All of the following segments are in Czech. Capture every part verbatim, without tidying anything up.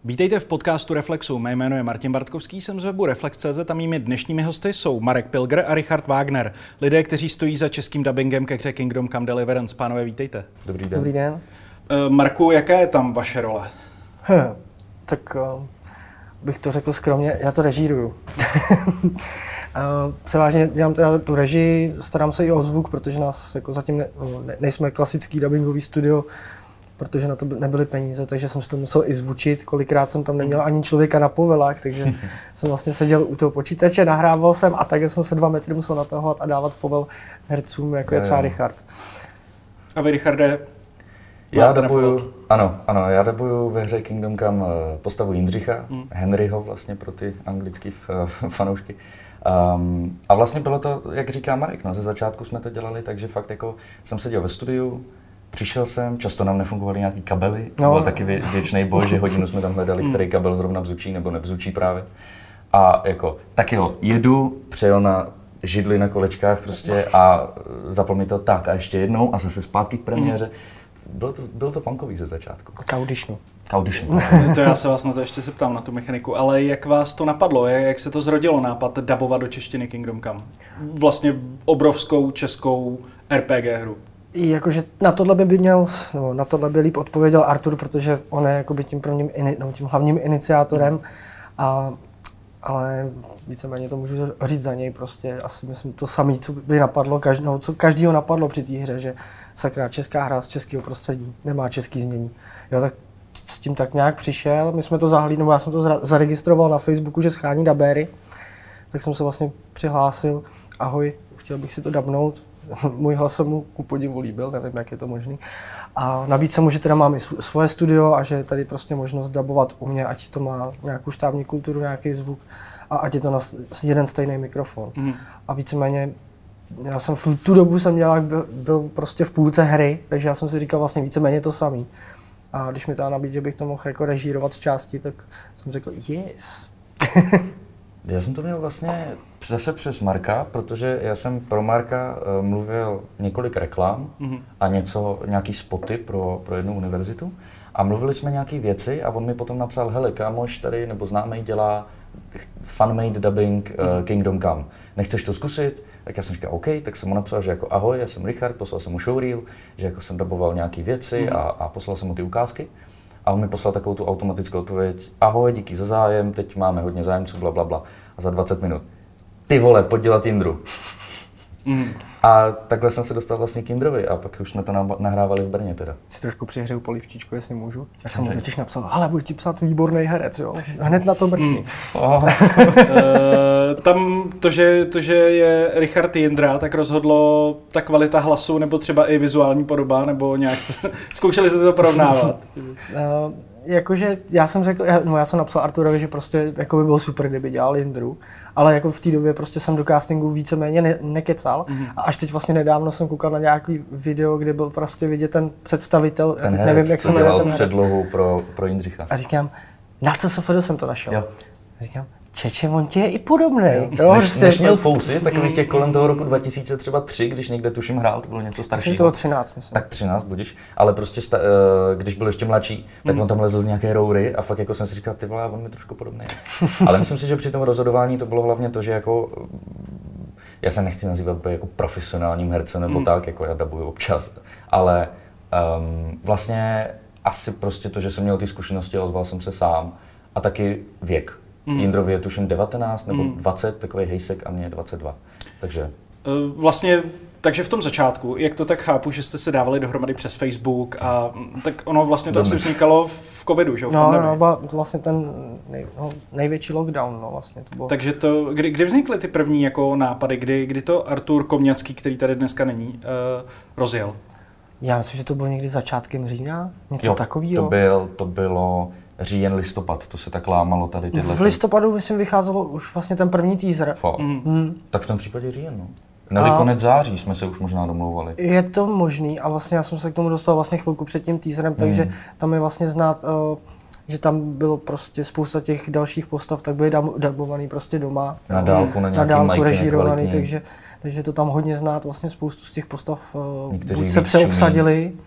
Vítejte v podcastu Reflexu. Mé jméno je Martin Bartkovský, jsem z webu Reflex tečka cé zet a mými dnešními hosty jsou Marek Pilger a Richard Wagner. Lidé, kteří stojí za českým dubbingem ke hře Kingdom Come Deliverance. Pánové, vítejte. Dobrý den. Dobrý den. Uh, Marku, jaká je tam vaše role? Hm, tak uh, bych to řekl skromně, já to režíruju. uh, Převážně dělám teda tu režii, starám se i o zvuk, protože nás jako zatím ne, ne, nejsme klasický dubbingový studio, protože na to nebyly peníze, takže jsem si to musel i zvučit. Kolikrát jsem tam neměl ani člověka na povelách, takže jsem vlastně seděl u toho počítače, nahrával jsem a také jsem se dva metry musel natahovat a dávat povel hercům, jako je třeba Richard. A vy, Richarde, já dabuju, ano, ano, já dabuju ve hře Kingdom Come postavu Jindřicha, hmm. Henryho vlastně pro ty anglický fanoušky. Um, a vlastně bylo to, jak říká Marek, no, ze začátku jsme to dělali, takže fakt jako jsem seděl ve studiu, přišel jsem, často nám nefungovaly nějaký kabely, to no. byl taky vě, věčný boj, že hodinu jsme tam hledali, který kabel zrovna bzučí nebo nebzučí právě. A jako, tak jo, jedu, přejel na židli na kolečkách prostě a zapl mi to tak a ještě jednou a zase zpátky k premiéře. Bylo to, bylo to punkový ze začátku. Kaudišnu. Kaudišnu. To já se vás na to ještě se ptám, na tu mechaniku, ale jak vás to napadlo, jak se to zrodilo nápad dabovat do češtiny Kingdom Come? Vlastně obrovskou českou R P G hru. I jakože na tohle by měl, no, na tohle by líp odpověděl Artur, protože on je jakoby tím prvním, no, tím hlavním iniciátorem, a, ale víceméně to můžu říct za něj prostě, asi myslím to samé, co by napadlo, každý, no, co každýho napadlo při té hře, že sakra, česká hra z českého prostředí, nemá český znění. Jo, tak s tím tak nějak přišel, my jsme to zahlídli, nebo já jsem to zaregistroval na Facebooku, že schání dabéry, tak jsem se vlastně přihlásil, ahoj, chtěl bych si to dabnout. Můj hlas se mu ku podivu líbil, nevím, jak je to možný. A nabídl jsem mu, že teda mám i svoje studio a že je tady prostě možnost dabovat u mě, ať to má nějakou štábní kulturu, nějaký zvuk a ať je to na jeden stejný mikrofon. Mm. A víceméně, já jsem v tu dobu jsem dělal, byl, byl prostě v půlce hry, takže já jsem si říkal vlastně víceméně to samý. A když mi ta nabídl, že bych to mohl jako režírovat z části, tak jsem řekl yes. Já jsem to měl vlastně zase přes Marka, protože já jsem pro Marka uh, mluvil několik reklam mm-hmm. a něco, nějaký spoty pro, pro jednu univerzitu a mluvili jsme nějaké věci a on mi potom napsal, hele, kámoš tady nebo známej dělá fan-made dubbing uh, mm-hmm. Kingdom Come. Nechceš to zkusit? Tak já jsem říkal, OK, tak jsem mu napsal, že jako ahoj, já jsem Richard, poslal jsem mu showreel, že jako jsem daboval nějaké věci mm-hmm. a, a poslal jsem mu ty ukázky. A on mi poslal takovou tu automatickou odpověď, ahoj, díky za zájem, teď máme hodně zájemců, bla, bla, bla. A za dvacet minut, ty vole, pojď dělat Jindru. Mm. A takhle jsem se dostal vlastně k Jindrovi a pak už jsme to nahrávali v Brně teda. Si trošku přihřeju polivčičku, jestli můžu. Já jsem mu totiž napsal, ale budu ti psát výborný herec, jo. Hned na to mrkni. Mm. Oh. uh, tam to že, to, že je Richard Jindra, tak rozhodlo ta kvalita hlasu, nebo třeba i vizuální podoba, nebo nějak zkoušeli jste to porovnávat? uh, Jakože já jsem řekl, já, no já jsem napsal Arturovi, že prostě jako by bylo super, kdyby dělal Jindru, ale jako v té době prostě jsem do castingu víceméně ne, nekecal mm-hmm. a až teď vlastně nedávno jsem koukal na nějaký video, kde byl prostě vidět ten představitel, ten herec, nevím, jak co dělal ten předlohu pro, pro Jindřicha. A říkám, na C S F D jsem to našel. Jo. A říkám, Čeče, on tě je i podobnej. Jo, než, než měl fousy, takových těch kolem toho roku dva tisíce tři, když někde tuším hrál, to bylo něco staršího. Toho třináct, myslím. Tak třináct, budiš. Ale prostě, sta, když byl ještě mladší, tak mm. on tam lezl z nějaké roury a fakt jako jsem si říkal, ty vole, on mi trošku podobný. Ale myslím si, že při tom rozhodování to bylo hlavně to, že jako, já se nechci nazývat jako profesionálním hercem nebo mm. tak, jako já dabuju občas, ale um, vlastně asi prostě to, že jsem měl ty zkušenosti a ozval jsem se sám a taky věk. Mm. Jindrovi je tuším devatenáct nebo mm. dvacet, takový hejsek a mě je dvacet dva, takže... Vlastně, takže v tom začátku, jak to tak chápu, že jste se dávali dohromady přes Facebook a tak ono vlastně to asi vznikalo v covidu, že? V no, no, no, vlastně ten nej, no, největší lockdown, no vlastně to bylo. Takže to, kdy, kdy vznikly ty první jako nápady, kdy, kdy to Artur Komňacký, který tady dneska není, uh, rozjel? Já myslím, že to bylo někdy začátkem října, něco jo, takového. To, byl, to bylo říjen, listopad, to se tak lámalo tady tyhle. V listopadu, myslím, vycházelo už vlastně ten první teaser. Mm. Mm. Tak v tom případě říjen, no. Neli konec září jsme se už možná domlouvali. Je to možný a vlastně já jsem se k tomu dostal vlastně chvilku před tím teaserem, takže mm. tam je vlastně znát, uh, že tam bylo prostě spousta těch dalších postav, tak byly dabovaný prostě doma. Na dálku, na nějaký majky režírovaný, takže, takže to tam hodně znát, vlastně spoustu z těch postav uh, buď se přeobsadili,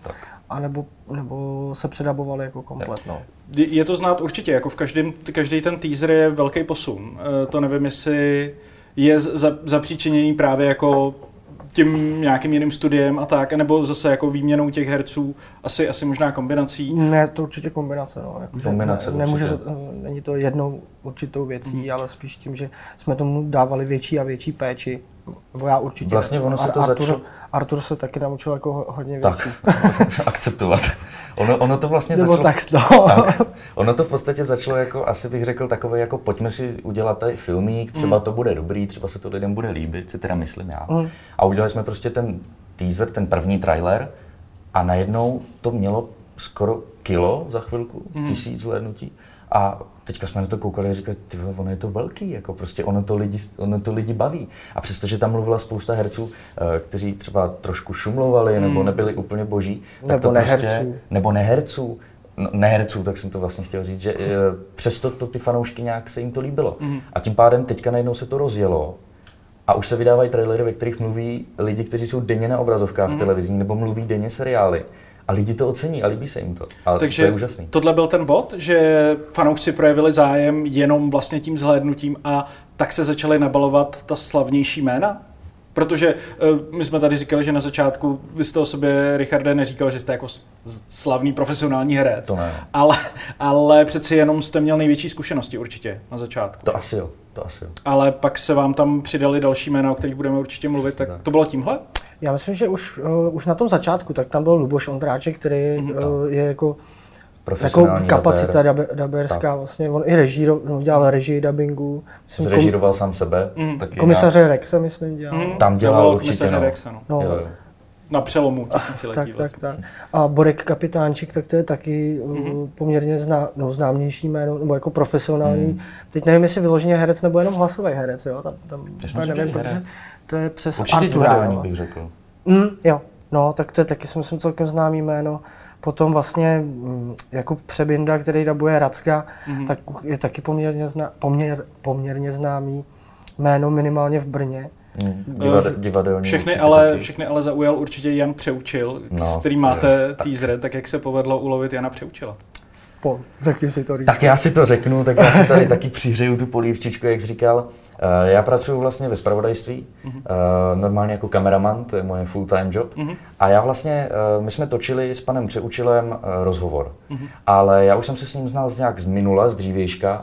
anebo nebo se předabovali jako komplet. No. Je to znát určitě, jako v každém, každý ten teaser je velký posun. To nevím, jestli je zapříčiněný právě jako tím nějakým jiným studiem a tak, nebo zase jako výměnou těch herců, asi, asi možná kombinací. Ne, to určitě kombinace, no. Jako, kombinace ne, nemůže, není to jednou určitou věcí, mm. ale spíš tím, že jsme tomu dávali větší a větší péči. Nebo já určitě. Vlastně ono se to Artur, začalo... Artur se taky naučil jako hodně věcí. Tak, akceptovat. Ono, ono to vlastně Nebo začalo... tak, no. tak, ono to v podstatě začalo jako, asi bych řekl, takové jako pojďme si udělat tady filmík, třeba mm. to bude dobrý, třeba se to lidem bude líbit, si teda myslím já. Mm. A udělali jsme prostě ten teaser, ten první trailer a najednou to mělo skoro kilo za chvilku, mm. tisíc zhlédnutí. A teďka jsme na to koukali a říkali, ty ono je to velký, jako prostě ono to, lidi, ono to lidi baví. A přestože tam mluvila spousta herců, kteří třeba trošku šumlovali nebo nebyli úplně boží, tak nebo to neherců. prostě, nebo neherců, no, neherců, tak jsem to vlastně chtěl říct, že přesto to ty fanoušky nějak se jim to líbilo. Mm. A tím pádem teďka najednou se to rozjelo. A už se vydávají trailery, ve kterých mluví lidi, kteří jsou denně na obrazovkách mm. v televizní, nebo mluví denně seriály. A lidi to ocení a líbí se jim to. A takže to je úžasný. Tohle byl ten bod, že fanoušci projevili zájem jenom vlastně tím zhlédnutím a tak se začaly nabalovat ta slavnější jména? Protože uh, my jsme tady říkali, že na začátku vy jste o sobě, Richarde, neříkal, že jste jako slavný profesionální herec. To ne. Ale, ale přeci jenom jste měl největší zkušenosti určitě na začátku. To asi jo, to asi jo. Ale pak se vám tam přidali další jména, o kterých budeme určitě mluvit, tak, tak to bylo tímhle? Já myslím, že už, uh, už na tom začátku, tak tam byl Luboš Ondráček, který mm-hmm. uh, je jako, jako kapacita daber, daberská, vlastně, on i režíro, no, dělal režii dabingu. Zrežíroval kom... sám sebe. Mm. Taky komisaře nějak... Rexe, myslím, dělal. Mm. Tam dělal určitě, no. Rexe, no. No. Jo, jo. Na přelomu tisíciletí. Tak, vlastně. tak, tak. A Borek Kapitánček, tak to je taky mm-hmm. poměrně zná, no, známější jméno, nebo jako profesionální. Mm. Teď nevím, jestli vyloženě herec, nebo jenom hlasový herec, jo. Tam, tam nevím, protože to je přes určitě Artura. Určitě bych řekl. Mm, jo, no, tak to je taky, si myslím, celkem známý jméno. Potom vlastně Jakub Přebinda, který dabuje Racka, mm-hmm. tak je taky poměrně, zná, poměr, poměrně známý jméno minimálně v Brně. Mm. Divade, divadelní všechny, ale, všechny ale zaujal určitě Jan Přeučil, no, s kterým máte tak. teaser, tak jak se povedlo ulovit Jana Přeučila? Po, řekni si to říct. Tak já si to řeknu, tak já si tady taky přihřeju tu polívčičku, jak jsi říkal. Já pracuji vlastně ve zpravodajství, mm-hmm. normálně jako kameraman, to je moje full-time job. Mm-hmm. A já vlastně, my jsme točili s panem Přeučilem rozhovor, mm-hmm. ale já už jsem se s ním znal z nějak z minula, z dřívějška.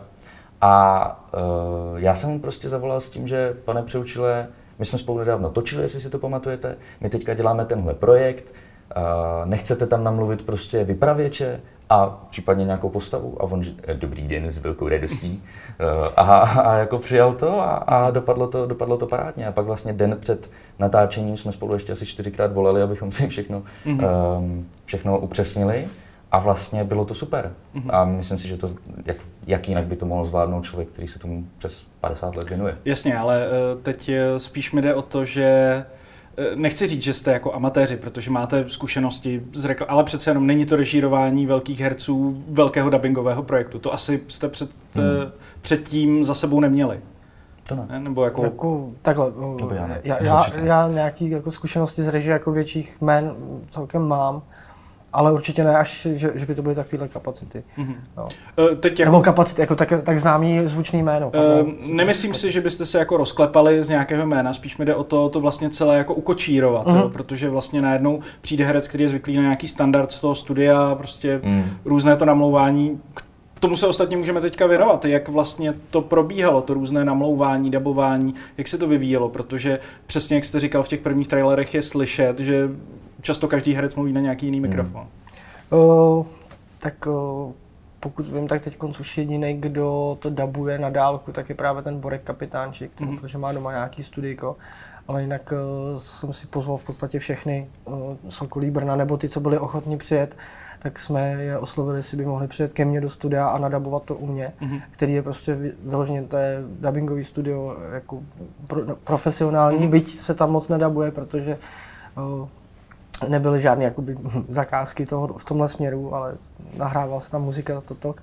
A já jsem mu prostě zavolal s tím, že pane Přeučile, my jsme spolu nedávno točili, jestli si to pamatujete, my teďka děláme tenhle projekt, nechcete tam namluvit prostě vypravěče a případně nějakou postavu? A on říká, dobrý den, s velkou radostí. A, a jako přijal to a, a dopadlo, to, dopadlo to parádně. A pak vlastně den před natáčením jsme spolu ještě asi čtyřikrát volali, abychom si všechno, mm-hmm. um, všechno upřesnili. A vlastně bylo to super. Mm-hmm. A myslím si, že to, jak, jak jinak by to mohl zvládnout člověk, který se tomu přes padesát let věnuje. Jasně, ale teď spíš mi jde o to, že nechci říct, že jste jako amatéři, protože máte zkušenosti z rekl- ale přece jenom není to režírování velkých herců velkého dabingového projektu. To asi jste před, hmm. předtím za sebou neměli. To ne. ne? Nebo jako... jako takhle, Nebo já, ne. já, já, já nějaký jako zkušenosti z režie jako větších jmén celkem mám. Ale určitě ne až, že, že by to byly takovéhle kapacity. Mm-hmm. No. Uh, teď jako... Nebo kapacity, jako tak, tak známý zvučný jméno. Uh, nemyslím si, že byste se jako rozklepali z nějakého jména, spíš mi jde o to, to vlastně celé jako ukočírovat, mm-hmm. jo? Protože vlastně najednou přijde herec, který je zvyklý na nějaký standard z toho studia, prostě mm. různé to namlouvání. K tomu se ostatně můžeme teďka věnovat, jak vlastně to probíhalo, to různé namlouvání, dabování, jak se to vyvíjelo, protože přesně jak jste říkal, v těch prvních trailerech je slyšet, že často každý herec mluví na nějaký jiný mikrofon. Hmm. Uh, tak uh, pokud vím, tak teď už jediný, kdo to dabuje na dálku, tak je právě ten Borek Kapitánček, mm-hmm. protože má doma nějaký studijko. Ale jinak uh, jsem si pozval v podstatě všechny uh, Sokolí Brna, nebo ty, co byli ochotní přijet, tak jsme je oslovili, jestli by mohli přijet ke mně do studia a nadabovat to u mě, mm-hmm. který je prostě vyloženě, to je dabingový studio jako pro, profesionální, mm-hmm. byť se tam moc nedabuje, protože uh, nebyly žádné jakoby zakázky toho, v tomhle směru, ale nahrával se tam muzika, toto.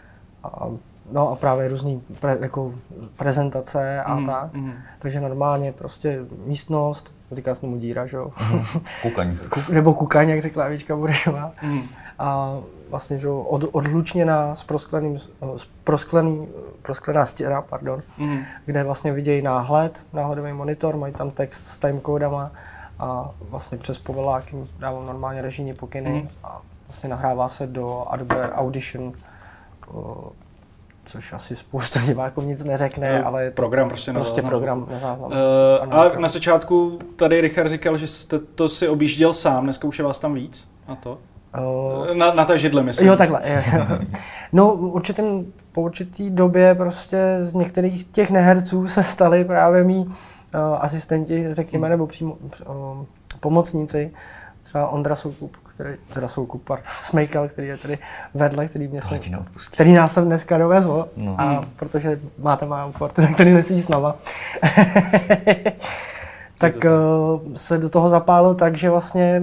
A, no a právě různý pre, jako prezentace a mm, tak. Mm. Takže normálně prostě místnost, říká se tomu díra, že jo? Kukaň. Nebo kukaň, jak řekla Evička Burešová. Mm. A vlastně, že od, odlučněná s proskleným, s prosklený, prosklená stěna, pardon, mm. kde vlastně vidějí náhled, náhledový monitor, mají tam text s timecodama a vlastně přes poveláky dávám normálně režijní pokyny mm. a vlastně nahrává se do Adobe Audition, což asi spousta diváků nic neřekne, ale je to program prostě, prostě na program na záznam. Uh, a na začátku tady Richard říkal, že jste to si objížděl sám, dneska už je vás tam víc na to? Uh, na, na té židli, myslím. Jo, takhle. No, určitým, po určitý době prostě z některých těch neherců se stali právě mý uh, asistenti, řekněme, hmm. nebo přímo uh, pomocníci. Třeba Ondra Soukup, který, teda Soukup, pardon, Smejkal, který je tady vedle, který mě se, který nás sem dneska dovezl, no. A protože máte má úport, který nesedí s náma. Tak uh, se do toho zapálil tak, že vlastně,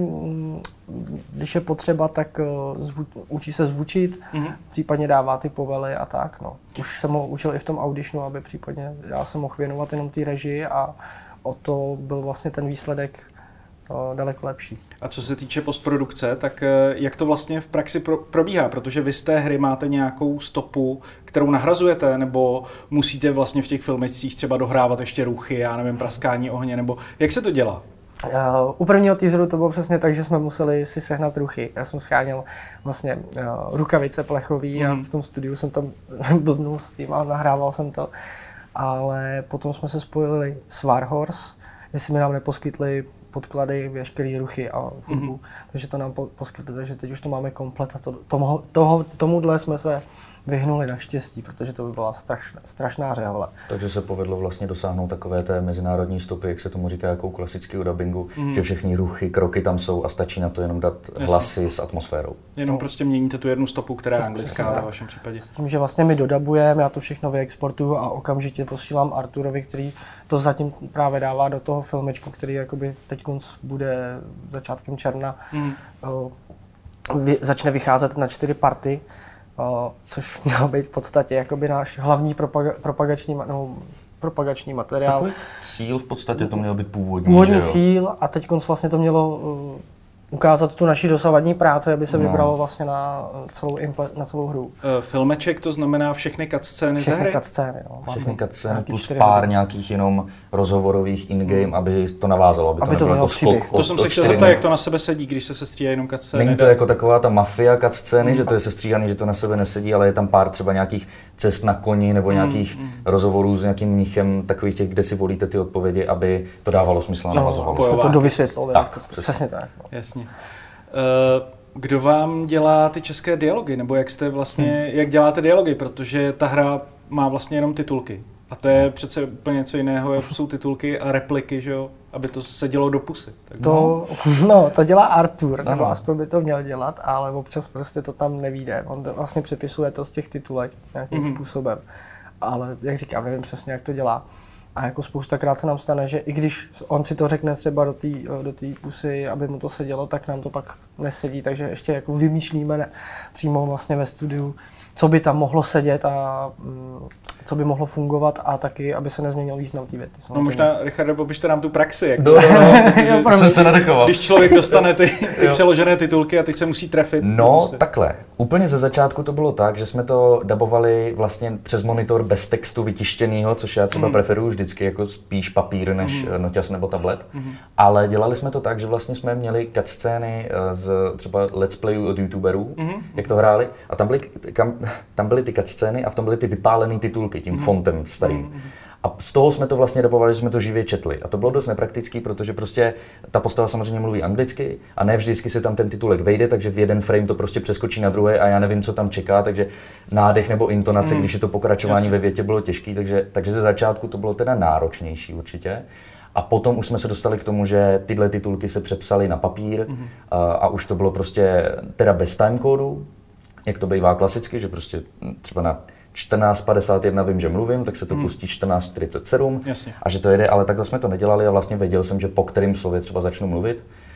když je potřeba, tak uh, zvu, učí se zvučit, mm-hmm. případně dává ty povely a tak. No. Už jsem ho učil i v tom auditionu, aby případně já se mohl věnovat jenom té režii a o to byl vlastně ten výsledek uh, daleko lepší. A co se týče postprodukce, tak uh, jak to vlastně v praxi pro, probíhá? Protože vy z té hry máte nějakou stopu, kterou nahrazujete, nebo musíte vlastně v těch filmečcích třeba dohrávat ještě ruchy, já nevím, praskání ohně, nebo jak se to dělá? Uh, u prvního teaseru to bylo přesně tak, že jsme museli si sehnat ruchy. Já jsem scháněl vlastně uh, rukavice plechový mm. a v tom studiu jsem tam blbnul s tím a nahrával jsem to. Ale potom jsme se spojili s Warhorse, jestli mi nám neposkytli podklady, veškeré ruchy a hudbu, mm. takže to nám po- poskytli, takže teď už to máme komplet a to, tomu, toho, tomuhle jsme se vyhnuli naštěstí, protože to by byla strašná, strašná řehole. Takže se povedlo vlastně dosáhnout takové té mezinárodní stopy, jak se tomu říká, jako u klasického dabingu, mm. že všechny ruchy, kroky tam jsou a stačí na to jenom dát Jasně. hlasy s atmosférou. Jenom no. prostě měníte tu jednu stopu, která je anglická ve vašem případě. S tím, že vlastně my dodabujeme, já to všechno vyexportuju a okamžitě posílám Arturovi, který to zatím právě dává do toho filmečku, který jakoby teď bude začátkem června, mm. uh, vy, začne vycházet na čtyři party. Uh, což měl být v podstatě jakoby náš hlavní propaga- propagační, no, propagační materiál. Takový cíl v podstatě to měl být původní, Původní cíl a teď vlastně to mělo uh, ukázat tu naši dosavadní práci, aby se no. vybralo vlastně na celou, imple- na celou hru. Uh, filmeček to znamená všechny cutscény ze hry? Všechny cutscény, no. Všechny cutscény plus pár hry. Nějakých jenom rozhovorových in-game, hmm. aby to navázalo, aby, aby to nebylo jako skok. To jsem se chtěl zeptat, jak to na sebe sedí, když se sestříhají jenom cutscény. Není to jako taková ta mafia cutscény, hmm. že to je sestříhaný, že to na sebe nesedí, ale je tam pár třeba nějakých cest na koni nebo hmm. nějakých hmm. rozhovorů s nějakým mnichem, takových těch, kde si volíte ty odpovědi, aby to dávalo smysl a navazovalo. No, jsme to dovysvětlovali. Tak, přesně tak. No. Jasně. Kdo vám dělá ty české dialogy, nebo jak jste vlastně, hmm. jak děláte dialogy, protože ta hra má vlastně jenom titulky. A to je přece úplně něco jiného, jak jsou titulky a repliky, že jo, aby to se dělo do pusy. Tak to, no, to dělá Artur, nebo ano. aspoň by to měl dělat, ale občas prostě to tam nevíde. On to vlastně přepisuje to z těch titulek nějakým mm-hmm. způsobem. Ale jak říkám, nevím přesně, jak to dělá. A jako spoustakrát se nám stane, že i když on si to řekne třeba do té do té pusy, aby mu to sedělo, tak nám to pak nesedí, takže ještě jako vymýšlíme ne, přímo vlastně ve studiu, co by tam mohlo sedět a mm, co by mohlo fungovat a taky, aby se nezměnil význam té věty. No možná, Richarde, popište nám tu praxi. Jak do, to, no, no, jsem se nadechoval. Když člověk dostane ty, ty přeložené titulky a teď se musí trefit. No, takhle. Úplně ze začátku to bylo tak, že jsme to dabovali vlastně přes monitor bez textu vytištěnýho, což já třeba mm. preferuju vždycky jako spíš papír než mm. noťaz nebo tablet. Mm. Ale dělali jsme to tak, že vlastně jsme měli cutscény z třeba let's playů od youtuberů, mm. jak to hráli. A tam byly, kam, tam byly ty cutscény a v tom byly ty vypálené titulky tím mm. fontem starým. Mm. A z toho jsme to vlastně dabovali, že jsme to živě četli. A to bylo dost nepraktický, protože prostě ta postava samozřejmě mluví anglicky a ne vždycky se tam ten titulek vejde, takže v jeden frame to prostě přeskočí na druhé a já nevím, co tam čeká, takže nádech nebo intonace, mm. když je to pokračování Jasně. ve větě, bylo těžký, takže, takže ze začátku to bylo teda náročnější určitě. A potom už jsme se dostali k tomu, že tyhle titulky se přepsaly na papír mm. a, a už to bylo prostě teda bez timecodu, jak to bývá klasicky, že prostě třeba na čtrnáct padesát jedna vím, že mluvím, tak se to hmm. pustí čtrnáct čtyřicet sedm Jasně. a že to jede, ale takhle jsme to nedělali a vlastně věděl jsem, že po kterém slově třeba začnu mluvit,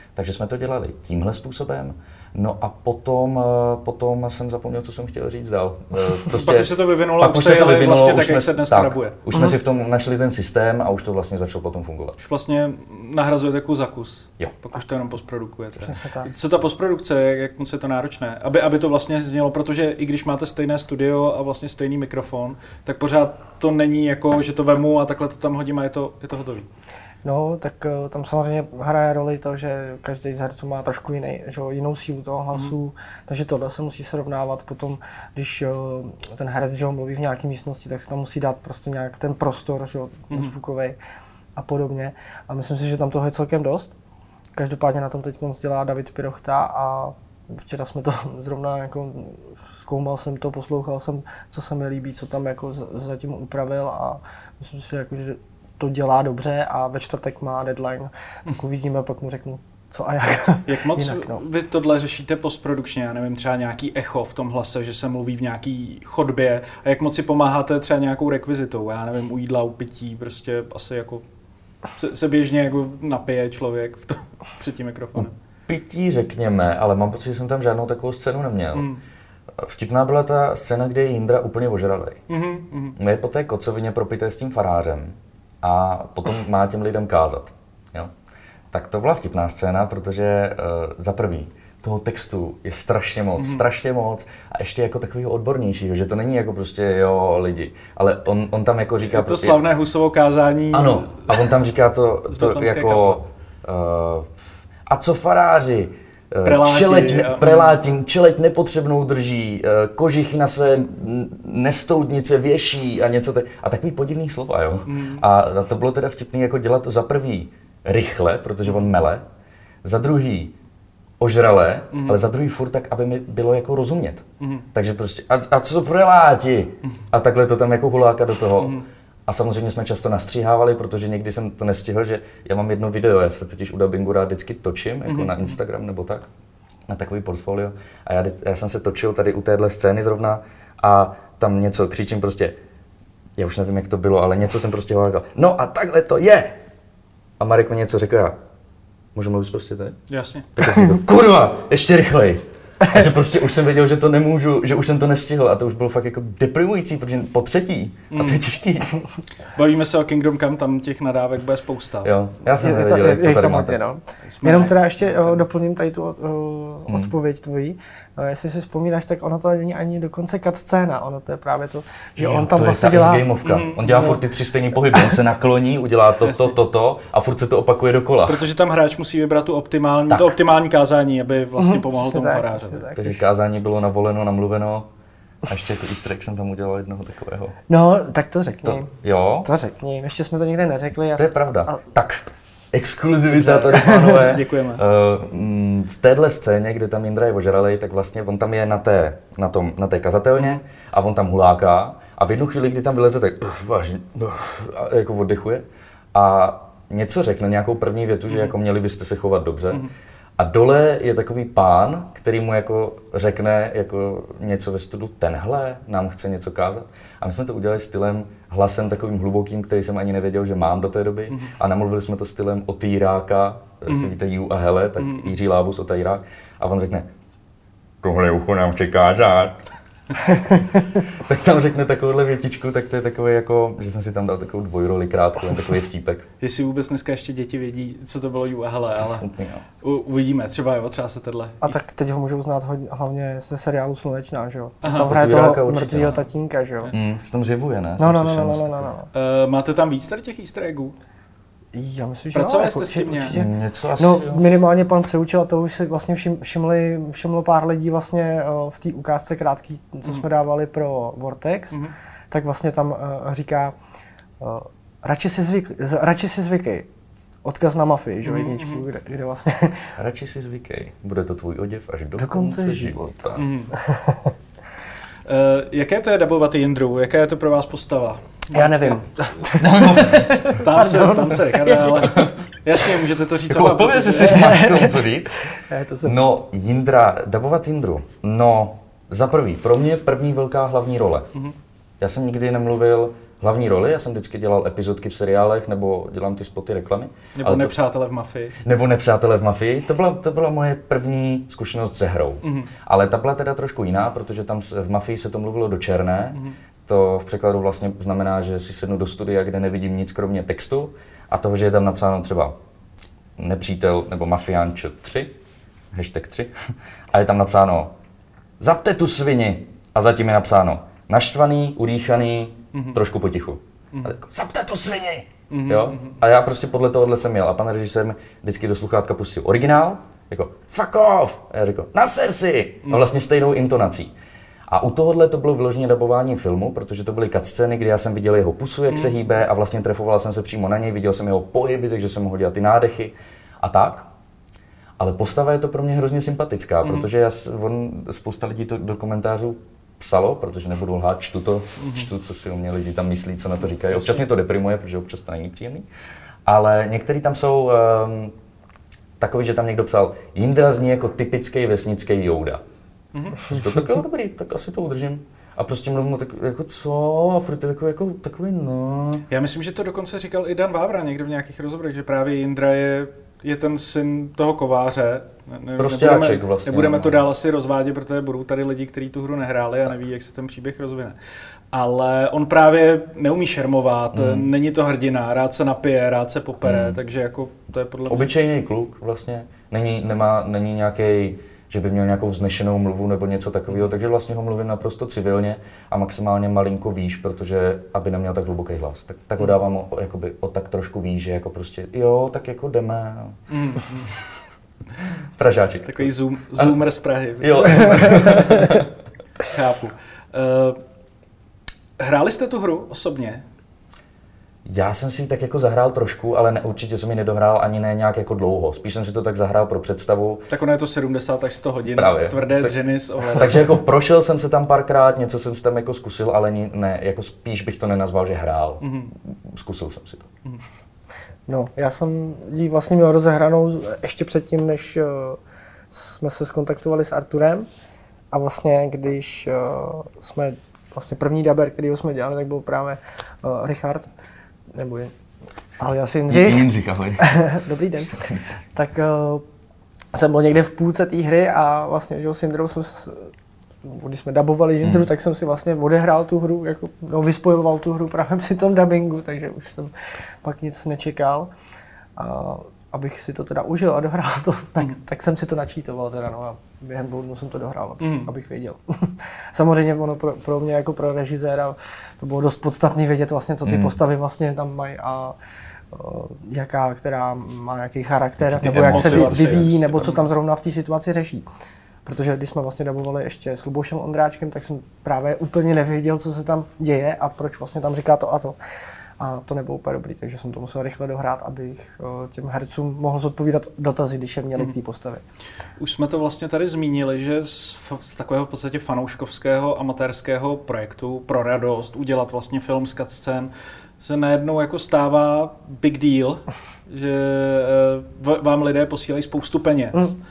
Takže jsme to dělali tímhle způsobem. No a potom, potom jsem zapomněl, co jsem chtěl říct dál. Prostě, pak už se to vyvinulo, pak už se to vyvinulo, vlastně tak, jsme, jak se dnes krabuje. Už jsme uh-huh. si v tom našli ten systém a už to vlastně začalo potom fungovat. Už vlastně nahrazujete kus za kus, jo. Pak už to jenom postprodukujete. Co ta postprodukce, jak, jak moc je to náročné? Aby, aby to vlastně znělo, protože i když máte stejné studio a vlastně stejný mikrofon, tak pořád to není jako, že to vemu a takhle to tam hodím a je to, je to hotový. No, tak uh, tam samozřejmě hraje roli to, že každý z herců má trošku jiný, že, jinou sílu toho hlasu, mm. takže tohle se musí srovnávat. Potom, když uh, ten herec že, mluví v nějaké místnosti, tak se tam musí dát prostě nějak ten prostor že, mm. zvukový a podobně. A myslím si, že tam toho je celkem dost. Každopádně na tom teď dělá David Pirochta a včera jsme to zrovna jako zkoumal jsem to, poslouchal jsem, co se mi líbí, co tam jako zatím upravil a myslím si, že, jako, že to dělá dobře a ve čtvrtek má deadline, tak uvidíme, pak mu řeknu, co a jak. Jak moc jinak, no. Vy tohle řešíte postprodukčně, já nevím, třeba nějaký echo v tom hlase, že se mluví v nějaký chodbě a jak moc si pomáháte třeba nějakou rekvizitou, já nevím, u jídla, u pití, prostě asi jako se, se běžně jako napije člověk v to, před tím mikrofonem. Pití řekněme, ale mám pocit, že jsem tam žádnou takovou scénu neměl. Mm. Vtipná byla ta scéna, kde je Jindra úplně ožralej. Mm-hmm, mm. Je po té kocovině propité s tím farářem a potom má těm lidem kázat. Jo? Tak to byla vtipná scéna, protože uh, za prvý toho textu je strašně moc, mm. strašně moc a ještě jako takového odbornějšího, že to není jako prostě jo lidi, ale on, on tam jako říká... Je to prostě, slavné Husovo kázání. Ano, a on tam říká to, to jako... Uh, a co faráři? Preláti, čeleť, ne, preláti, čeleť nepotřebnou drží, kožichy na své nestoudnice věší a něco tak, a takový podivný slova, jo. Mm. A to bylo teda vtipný jako dělat to za prvý rychle, protože on mele, za druhý ožralé, mm. ale za druhý furt tak, aby mi bylo jako rozumět. Mm. Takže prostě, a, a co preláti? Mm. A takhle to tam jako huláka do toho. Mm. A samozřejmě jsme často nastříhávali, protože někdy jsem to nestihl, že já mám jedno video, já se totiž u dabingu rád vždycky točím, jako mm-hmm. na Instagram nebo tak, na takový portfolio. A já, já jsem se točil tady u téhle scény zrovna a tam něco křičím prostě, já už nevím, jak to bylo, ale něco jsem prostě říkal, no a takhle to je! A Marek mi něco řekl, já, můžu mluvit prostě tady? Jasně. Tak já jsem říkal, kurva, ještě rychleji! A že prostě už jsem věděl, že to nemůžu, že už jsem to nestihl a to už bylo fakt jako deprimující, protože po třetí a to je těžký. Bavíme se o Kingdom Come, tam těch nadávek bude spousta. Jo, já jsem je, nevěděl, je, jak to, je tady tam máte. No. Jenom teda ještě o, doplním tady tu o, hmm. odpověď tvojí. O, jestli si vzpomínáš, tak ono to není ani dokonce cutscéna, ono to je právě to, že jo, on tam to vlastně je ta dělá... gameovka. Mm, on dělá no. furt ty tři stejný pohyby, on se nakloní, udělá to, to, to, to a furt se to opakuje dokola. Protože tam hráč musí vybrat tu optimální, to optimální kázání, aby vlastně mm, pomohl tomu farářovi. Takže kázání bylo navoleno, namluveno. A ještě jako easter egg jsem tam udělal jednoho takového. No, tak to řekni. To, jo? To řekni, ještě jsme to nikde neřekli. Já to je pravda. A... Tak, exkluzivita tady, pánové. Děkujeme. Uh, v téhle scéně, kde tam Jindra je ožralej, tak vlastně on tam je na té, na tom, na té kazatelně a on tam huláká a v jednu chvíli, kdy tam vyleze, tak uf, vážně, uf, a jako oddechuje a něco řekne, nějakou první větu, mm. že jako měli byste se chovat dobře. Mm. A dole je takový pán, který mu jako řekne jako něco ve stylu tenhle nám chce něco kázat. A my jsme to udělali stylem, hlasem takovým hlubokým, který jsem ani nevěděl, že mám do té doby. Mm-hmm. A namluvili jsme to stylem Otýráka, mm-hmm. jestli víte Jú a Hele, tak mm-hmm. Jiří Lábus Otýrák. A on řekne, tohle ucho nám chce kázat. Tak tam řekne takovouhle větičku, tak to je takové jako, že jsem si tam dal takovou dvojroli krátkou, jen takový vtípek. Jestli vůbec dneska ještě děti vědí, co to bylo Jú a Hele, ale smutný, u, uvidíme, třeba jo, třeba se tenhle. A tak teď ho můžou znát hodně, hlavně ze seriálu Slunečná, že jo? Tam hraje toho mrtvýho tatínka, že jo? Mm, v tom zřivuje, ne? No, no, no, no, no, no, no. Uh, máte tam víc tady těch easter eggů? Já myslím, že pracovali jo, jste s tím určitě. Něco asi, no, jo. minimálně pan Přeučil, a to už si vlastně všim, všimli, všimlo pár lidí vlastně v té ukázce krátký, co mm. jsme dávali pro Vortex, mm. tak vlastně tam uh, říká, uh, radši si, zvyk, radši si zvykej. Odkaz na Mafii, že mm. jedničku, kde, kde vlastně... Radši si zvykej, bude to tvůj oděv až do, do konce, konce života. života. Mm. uh, jaké to je dabovat Jindru? Jaká je to pro vás postava? Já nevím. tam, se, tam se, Richarde, ale jasně, můžete to říct. Jako odpověď si si máš tomu co říct. to no, Jindra, dabovat Jindru. No, za prvý, pro mě první velká hlavní role. Mm-hmm. Já jsem nikdy nemluvil hlavní roli, já jsem vždycky dělal epizodky v seriálech, nebo dělám ty spoty reklamy. Nebo Nepřátelé v mafii. Nebo Nepřátelé v mafii, to byla, to byla moje první zkušenost se hrou. Mm-hmm. Ale ta byla teda trošku jiná, protože tam v mafii se to mluvilo do černé. Mm-hmm. To v překladu vlastně znamená, že si sednu do studia, kde nevidím nic kromě textu a toho, že je tam napsáno třeba nepřítel nebo mafiánč tři, hashtag tři, a je tam napsáno zapte tu svini a zatím je napsáno naštvaný, udýchaný, mm-hmm. trošku potichu. Mm-hmm. Zapte tu svini! Mm-hmm. Jo? A já prostě podle tohohle jsem jel a pan režisér mi vždycky do sluchátka pustil originál, jako fuck off! A já řekl naser si! A vlastně stejnou intonací. A u tohohle to bylo vyloženě dabování filmu, protože to byly cutscény, kdy já jsem viděl jeho pusu, jak mm. se hýbe a vlastně trefoval jsem se přímo na něj, viděl jsem jeho pohyby, takže jsem mohl dělat ty nádechy a tak. Ale postava je to pro mě hrozně sympatická, mm. protože já, on, spousta lidí to do komentářů psalo, protože nebudu lhát, čtu to, mm. čtu, co si o mě lidi tam myslí, co na to říkají. Občas mě to deprimuje, protože občas to není příjemný. Ale některý tam jsou um, takový, že tam někdo psal, Jindra zní jako typický vesnický Jouda. Mm-hmm. Říkal, tak jo, dobrý, tak asi to udržím. A prostě mluvím tak, jako co, a furt je takový, jako, takový no. Já myslím, že to dokonce říkal i Dan Vávra někde v nějakých rozhovorech, že právě Jindra je, je ten syn toho kováře. Ne, Prostěáček nebudeme, vlastně. Nebudeme no. to dál asi rozvádět, protože budou tady lidi, kteří tu hru nehráli a neví, jak se ten příběh rozvine. Ale on právě neumí šermovat, mm. není to hrdina, rád se napije, rád se popere, mm. takže jako to je podle mě... Obyčejný kluk vlastně, není, nemá, není nějaký, že by měl nějakou vznešenou mluvu nebo něco takového, takže vlastně ho mluvím naprosto civilně a maximálně malinko výš, protože aby neměl tak hluboký hlas. Tak, tak ho dávám o, jakoby, o tak trošku výš, že jako prostě jo, tak jako jdeme. Mm. Pražáček. Takový zoom, zoomer z Prahy. Jo. Chápu. Uh, hráli jste tu hru osobně? Já jsem si ji tak jako zahrál trošku, ale ne, určitě jsem ji nedohrál ani ne nějak jako dlouho. Spíš jsem si to tak zahrál pro představu. Tak ono je to sedmdesát až sto hodin, právě. Tvrdé tak, dřiny s ohledem. Takže jako prošel jsem se tam párkrát, něco jsem si tam jako zkusil, ale ne, jako spíš bych to nenazval, že hrál. Mm-hmm. Zkusil jsem si to. Mm-hmm. No, já jsem ji vlastně měl rozehranou ještě předtím, než uh, jsme se skontaktovali s Arturem. A vlastně, když uh, jsme, vlastně první daber, který jsme dělali, tak byl právě uh, Richard. Nebo je. Alias Jindřich. Jindřich, ahoj. Dobrý den. Tak uh, jsem byl někde v půlce té hry a vlastně, že s Jindrou jsem, když jsme dabovali Jindru, hmm. tak jsem si vlastně odehrál tu hru, jako, no, vyspojoval tu hru právě při tom dabingu, takže už jsem pak nic nečekal. A abych si to teda užil a dohrál to, tak, hmm. tak jsem si to načítoval teda, no, a během dvou dnů jsem to dohrál, abych, hmm. abych věděl. Samozřejmě ono pro, pro mě jako pro režiséra to bylo dost podstatné vědět vlastně, co ty hmm. postavy vlastně tam mají a uh, jaká, která má nějaký charakter, nebo jak se vyvíjí, nebo co tam zrovna v té situaci řeší. Protože když jsme vlastně dabovali ještě s Lubošem Ondráčkem, tak jsem právě úplně nevěděl, co se tam děje a proč vlastně tam říká to a to. A to nebylo úplně dobrý, takže jsem to musel rychle dohrát, abych těm hercům mohl zodpovídat dotazy, když je měli k té postavě. Už jsme to vlastně tady zmínili, že z, z takového v podstatě fanouškovského amatérského projektu pro radost udělat vlastně film z cutscén se najednou jako stává big deal, že vám lidé posílají spoustu peněz. Mm.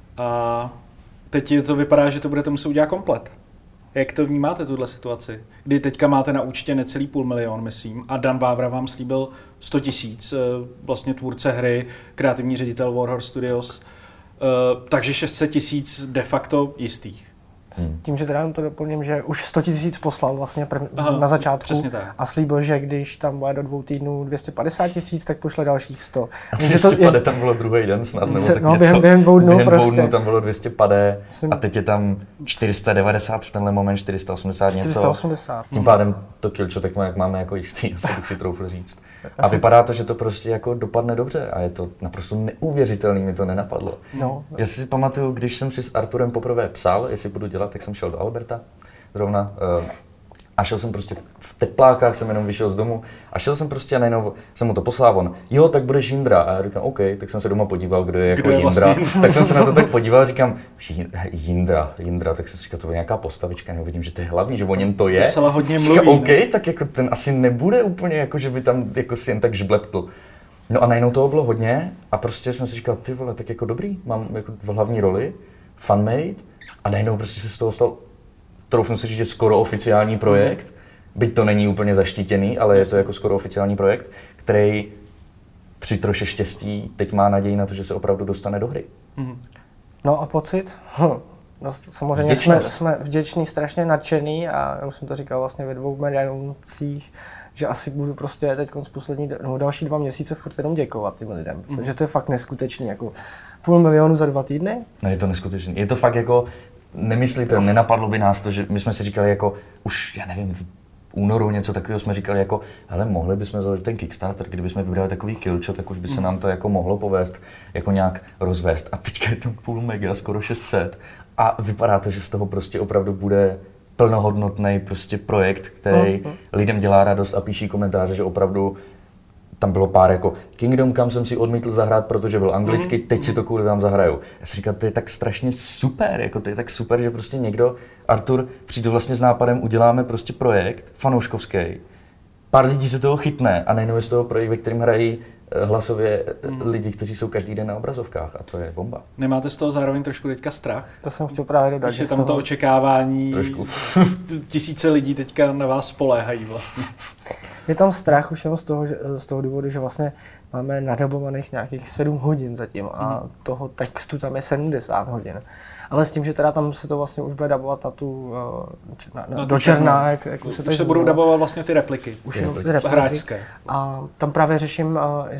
A teď to vypadá, že to budete muset udělat komplet. Jak to vnímáte, tuhle situaci? Kdy teďka máte na účtě necelý půl milion, myslím, a Dan Vávra vám slíbil sto tisíc, vlastně tvůrce hry, kreativní ředitel Warhorse Studios, takže šest set tisíc de facto jistých. S tím, že teda jenom to doplním, že už sto tisíc poslal vlastně prv, Aha, na začátku a slíbil, že když tam bude do dvou týdnů dvě stě padesát tisíc, tak pošle dalších sto. dvě stě padesát tam bylo druhý den snad, nebo tak no, něco. Během, během dvou dnů během prostě. Dvou dnů tam bylo dvě stě padesát a teď je tam čtyři sta devadesát, v tenhle moment čtyři sta osmdesát něco. čtyři sta osmdesát. Tím pádem to kilčo tak jak máme jako jistý, asi bych si troufl říct. A vypadá to, že to prostě jako dopadne dobře a je to naprosto neuvěřitelný, mi to nenapadlo. No. Já si pamatuju, když jsem si s Arturem poprvé psal, jestli budu dělat, tak jsem šel do Alberta zrovna uh, a šel jsem prostě v teplákách, jsem jenom vyšel z domu a šel jsem prostě a najednou jsem mu to poslal, on, jo, tak budeš Jindra. A já říkám, OK, tak jsem se doma podíval, kdo je jako kdo je Jindra. Vlastně? Tak jsem se na to tak podíval a říkám, Jindra, Jindra, tak jsem si říkal, to je nějaká postavička, nebo vidím, že to je hlavní, že o něm to je. Docela hodně mluví. Říkám, OK, tak jako ten asi nebude úplně, jako že by tam jako si jen tak žbleptl. No a najednou toho bylo hodně a prostě jsem si říkal, ty vole, tak jako dobrý, mám jako v hlavní roli, fanmade a najednou prostě se z toho stal, troufnu si říct, že skoro oficiální projekt byť to není úplně zaštítěný, ale je to jako skoro oficiální projekt, který při troše štěstí teď má naději na to, že se opravdu dostane do hry. Mm. No a pocit? Hm. No, samozřejmě jsme, jsme vděční, strašně nadšený a já už jsem to říkal vlastně ve dvou medailoncích, že asi budu prostě teď z poslední, no, další dva měsíce furt jenom děkovat těm lidem, mm. protože to je fakt neskutečný, jako půl milionu za dva týdny. No je to neskutečný, je to fakt jako nemyslitelné, nenapadlo by nás to, že my jsme si říkali jako už, já nevím, v únoru něco takového jsme říkali jako, hele, mohli bychom založit ten Kickstarter, kdybychom vybrali takový killčo, tak už by se nám to jako mohlo povést, jako nějak rozvést. A teďka je to půl mega, skoro šest set a vypadá to, že z toho prostě opravdu bude plnohodnotný prostě projekt, který uh-huh. lidem dělá radost a píší komentáře, že opravdu tam bylo pár jako Kingdom Come jsem si odmítl zahrát, protože byl anglicky, teď si to kvůli vám zahraju. Já si říkal, to je tak strašně super, jako to je tak super, že prostě někdo, Artur, přijde vlastně s nápadem, uděláme prostě projekt fanouškovský, pár lidí se toho chytne a najednou je z toho projekt, ve kterým hrají hlasově hmm. lidi, kteří jsou každý den na obrazovkách a to je bomba. Nemáte z toho zároveň trošku teďka strach? To jsem chtěl právě dodat. Když je tam toho... to očekávání, trošku. Tisíce lidí teďka na vás spoléhají vlastně. Je tam strach už jenom z toho, že, z toho důvodu, že vlastně máme nadabovaných nějakých sedm hodin zatím a hmm. toho textu tam je sedmdesát hodin. Ale s tím, že teda tam se to vlastně už bude dabovat na tu, na, na, do černá, jak, jak už se Už se budou dabovat vlastně ty repliky. Už ty repliky. repliky. Hráčské. A tam právě řeším,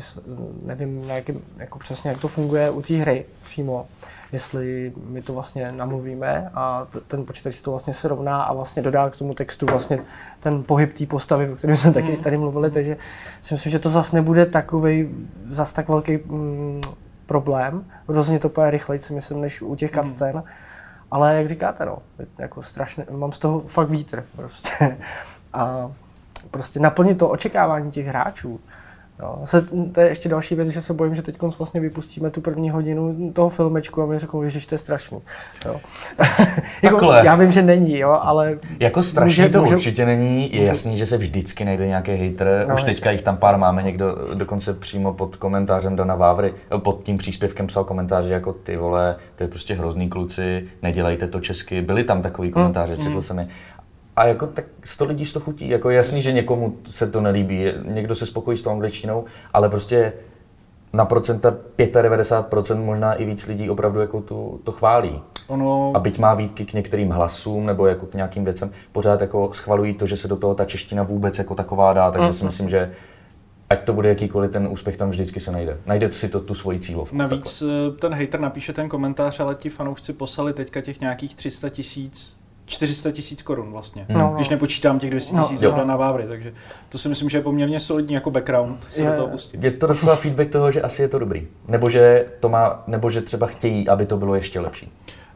nevím nějaký, jako přesně, jak to funguje u té hry přímo. Jestli my to vlastně namluvíme a t- ten počítač si to vlastně se rovná a vlastně dodá k tomu textu vlastně ten pohyb té postavy, o kterém jsme taky tady mluvili, takže si myslím, že to zase nebude takovej, zase tak velký mm, problém. Rozhodně to půjde rychleji, si myslím, než u těch cutscén. Ale jak říkáte, no, jako strašně, mám z toho fakt vítr prostě. A prostě naplnit to očekávání těch hráčů. No, se, to je ještě další věc, že se bojím, že teď vlastně vypustíme tu první hodinu toho filmečku a my řeknou, ježiš, to je strašný. Jo. jako, já vím, že není, jo, ale... Jako strašný to může, určitě není, je může... jasný, že se vždycky najde nějaký hater, no, už teďka jich tam pár máme, někdo dokonce přímo pod komentářem Dana Vávry, pod tím příspěvkem psal komentář, že jako ty vole, to je prostě hrozný kluci, nedělejte to česky, byly tam takový komentáře, hmm. četl jsem je. A jako tak sto lidí z toho chutí, jako je jasný, že někomu se to nelíbí, někdo se spokojí s tou angličtinou, ale prostě na procenta devadesát pět procent možná i víc lidí opravdu jako tu, to chválí. Ono... A byť má výtky k některým hlasům nebo jako k nějakým věcem, pořád jako schvalují to, že se do toho ta čeština vůbec jako taková dá, takže si myslím, že ať to bude jakýkoliv, ten úspěch tam vždycky se najde. Najde si to tu svoji cílovku. Navíc takhle. Ten hater napíše ten komentář, ale ti fanoušci poslali teďka těch nějakých tři sta tisíc čtyři sta tisíc korun vlastně, no, když nepočítám těch dvě stě tisíc no, od Dana Vávry, takže to si myslím, že je poměrně solidní jako background se je, do toho pustit. Je to docela feedback toho, že asi je to dobrý, nebo že to má, nebo že třeba chtějí, aby to bylo ještě lepší.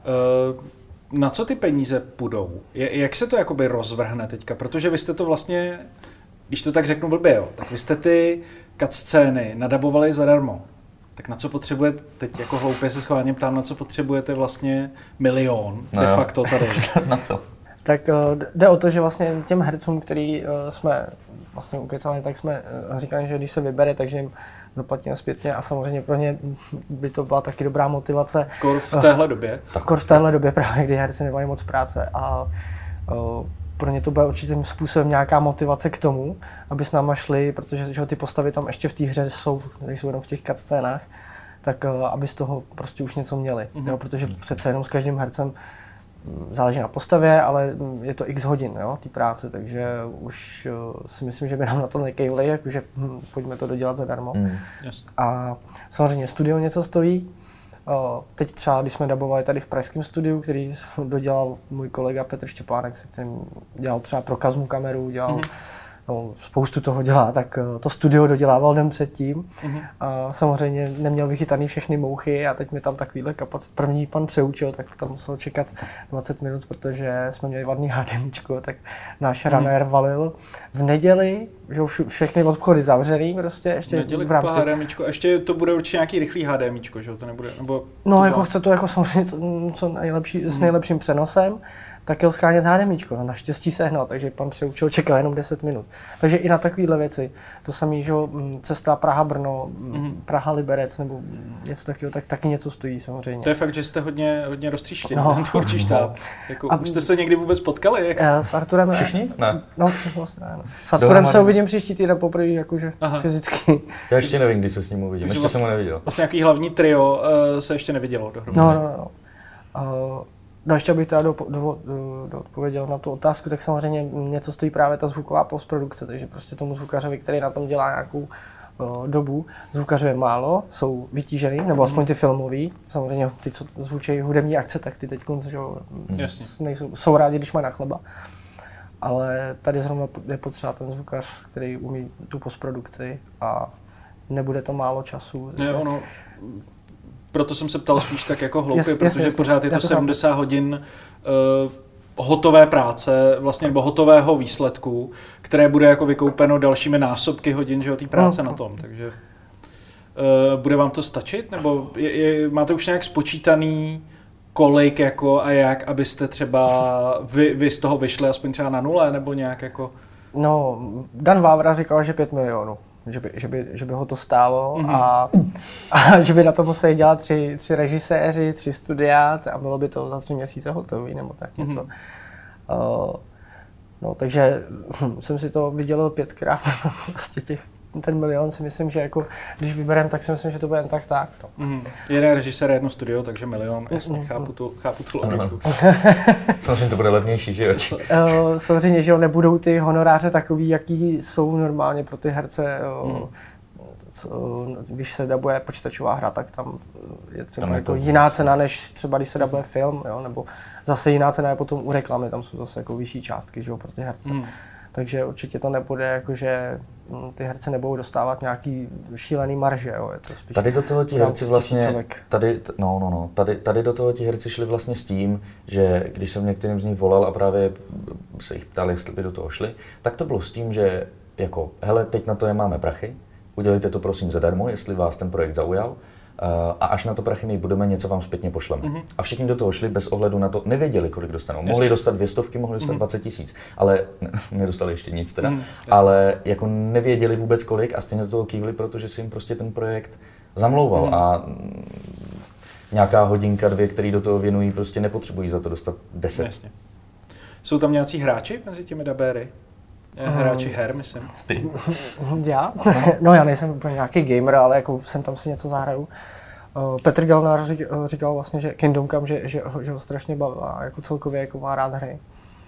Uh, na co ty peníze půjdou? Je, jak se to jakoby rozvrhne teďka? Protože vy jste to vlastně, když to tak řeknu blbě, jo, tak vy jste ty cutscény nadabovali zadarmo. Tak na co potřebujete, teď jako hloupě se schválně ptám, na co potřebujete vlastně milion, no de facto tady. Na co? Tak uh, jde o to, že vlastně těm hercům, který uh, jsme vlastně ukecali, tak jsme uh, říkali, že když se vybere, takže jim zaplatíme zpětně a samozřejmě pro ně by to byla taky dobrá motivace. Kor v téhle době? Kor v téhle době právě, kdy herci nemají moc práce a uh, pro ně to bude určitým způsobem nějaká motivace k tomu, aby s náma šli, protože že ty postavy tam ještě v té hře jsou, nejsou jenom v těch cutscénách, tak uh, aby z toho prostě už něco měli, mm-hmm. jo, protože přece jenom s každým hercem záleží na postavě, ale je to x hodin, jo, té práce, takže už uh, si myslím, že by nám na to nekejvli, jakože hm, pojďme to dodělat zadarmo. Mm. Yes. A samozřejmě studio něco stojí. Uh, teď třeba, když jsme dabovali tady v pražském studiu, který dodělal můj kolega Petr Štěpánek, se kterým dělal třeba pro Kazmu kameru, dělal mm-hmm. no, spoustu toho dělá, tak uh, to studio dodělával den předtím. Mm-hmm. A samozřejmě neměl vychytaný všechny mouchy a teď mi tam takovýhle kapacit první pan přeučil, tak tam musel čekat dvacet minut, protože jsme měli vadný HDMIčko, tak náš mm-hmm. runner valil v neděli, že vš- všechny obchody zavřený, prostě ještě neděli v rámci... HDMIčko, ještě to bude určitě nějaký rychlý HDMIčko, že to nebude, nebo... No, jako chce to jako samozřejmě co, co nejlepší, s nejlepším přenosem, tak jel schánět HDMIčko, no naštěstí sehnal, takže pan přeučil, čekal jenom deset minut. Takže i na takovéhle věci, to samé, že cesta Praha-Brno, mm-hmm. Praha-Liberec nebo něco takového, tak taky něco stojí samozřejmě. To je fakt, že jste hodně, hodně roztříštěni, no. ten tvůrčí štáb. Jako, a už jste se někdy vůbec potkali? Jak... S Arturem Všichni? Ne. No, všichni vlastně ne. No. S Arturem se uvidím příští týden poprvé, jakože Aha. fyzicky. Já ještě nevím, kdy se s ním uvidím, ještě vlastně, jsem ho neviděl. Vlastně nějaký hlavní trio uh, se ještě nevidělo dohromady. No, no, no. Uh, no ještě abych teda do, do, do, do odpověděl na tu otázku, tak samozřejmě něco stojí právě ta zvuková postprodukce, takže prostě tomu zvukařovi, který na tom dělá nějakou uh, dobu, zvukařů je málo, jsou vytížený, nebo aspoň ty filmový, samozřejmě ty, co zvučejí hudební akce, tak ty teď nejsou, jsou rádi, když mají na chleba. Ale tady zrovna je potřeba ten zvukař, který umí tu postprodukci a nebude to málo času. Ne, ono, proto jsem se ptal spíš tak jako hloupě, yes, protože yes, pořád je to, to sedmdesát hodin uh, hotové práce, vlastně nebo hotového výsledku, které bude jako vykoupeno dalšími násobky hodin, že, té práce no. na tom. Takže uh, bude vám to stačit? Nebo je, je, máte už nějak spočítaný kolik jako a jak, abyste třeba vy, vy z toho vyšli aspoň třeba na nule, nebo nějak jako... No, Dan Vávra říkal, že pět milionů, že by, že by, že by ho to stálo mm-hmm. a, a že by na to museli dělat tři, tři režiséři, tři studia a bylo by to za tři měsíce hotový, nebo tak něco. Mm-hmm. Uh, no, takže hm, jsem si to vydělil pětkrát, prostě těch ten milion si myslím, že jako, když vyberem, tak si myslím, že to bude jen tak tak. No. Mm. Jeden režisér, jedno studio, takže milion, jasně, mm. chápu tu, chápu tu logiku. Samozřejmě to bude levnější, že jo? uh, samozřejmě, že jo, nebudou ty honoráře takový, jaký jsou normálně pro ty herce. Uh, mm. co, když se dabuje počítačová hra, tak tam je třeba tam je jako jiná cena, než třeba když se dabuje film, jo? Nebo zase jiná cena je potom u reklamy, tam jsou zase jako vyšší částky, že jo, pro ty herce. Mm. Takže určitě to nebude jako, že ty herce nebudou dostávat nějaký šílený marže, jo. Je to spíš tady do toho ti herci vlastně, tady, no, no, no, tady, tady do toho ti herci šli vlastně s tím, že když jsem některým z nich volal a právě se jich ptal, jestli by do toho šli, tak to bylo s tím, že jako, hele, teď na to nemáme prachy, udělejte to prosím zadarmo, jestli vás ten projekt zaujal. A až na to prachy my budeme, něco vám zpětně pošleme. Mm-hmm. A všichni do toho šli bez ohledu na to, nevěděli, kolik dostanou. Mohli dostat dvě stovky, mohli dostat mm-hmm. dvacet tisíc, ale ne, nedostali ještě nic teda. Mm, ale jako nevěděli vůbec kolik a stejně do toho kývli, protože si jim prostě ten projekt zamlouval. Mm. A nějaká hodinka, dvě, který do toho věnují, prostě nepotřebují za to dostat deset. Jasně. Jsou tam nějací hráči mezi těmi dabéry? Hráči her, myslím. Ty. Já? No já nejsem úplně nějaký gamer, ale jako jsem tam si něco zahraju. Petr Gelnar říkal vlastně, že Kingdom Come, že, že, že ho strašně baví a jako celkově jako má rád hry.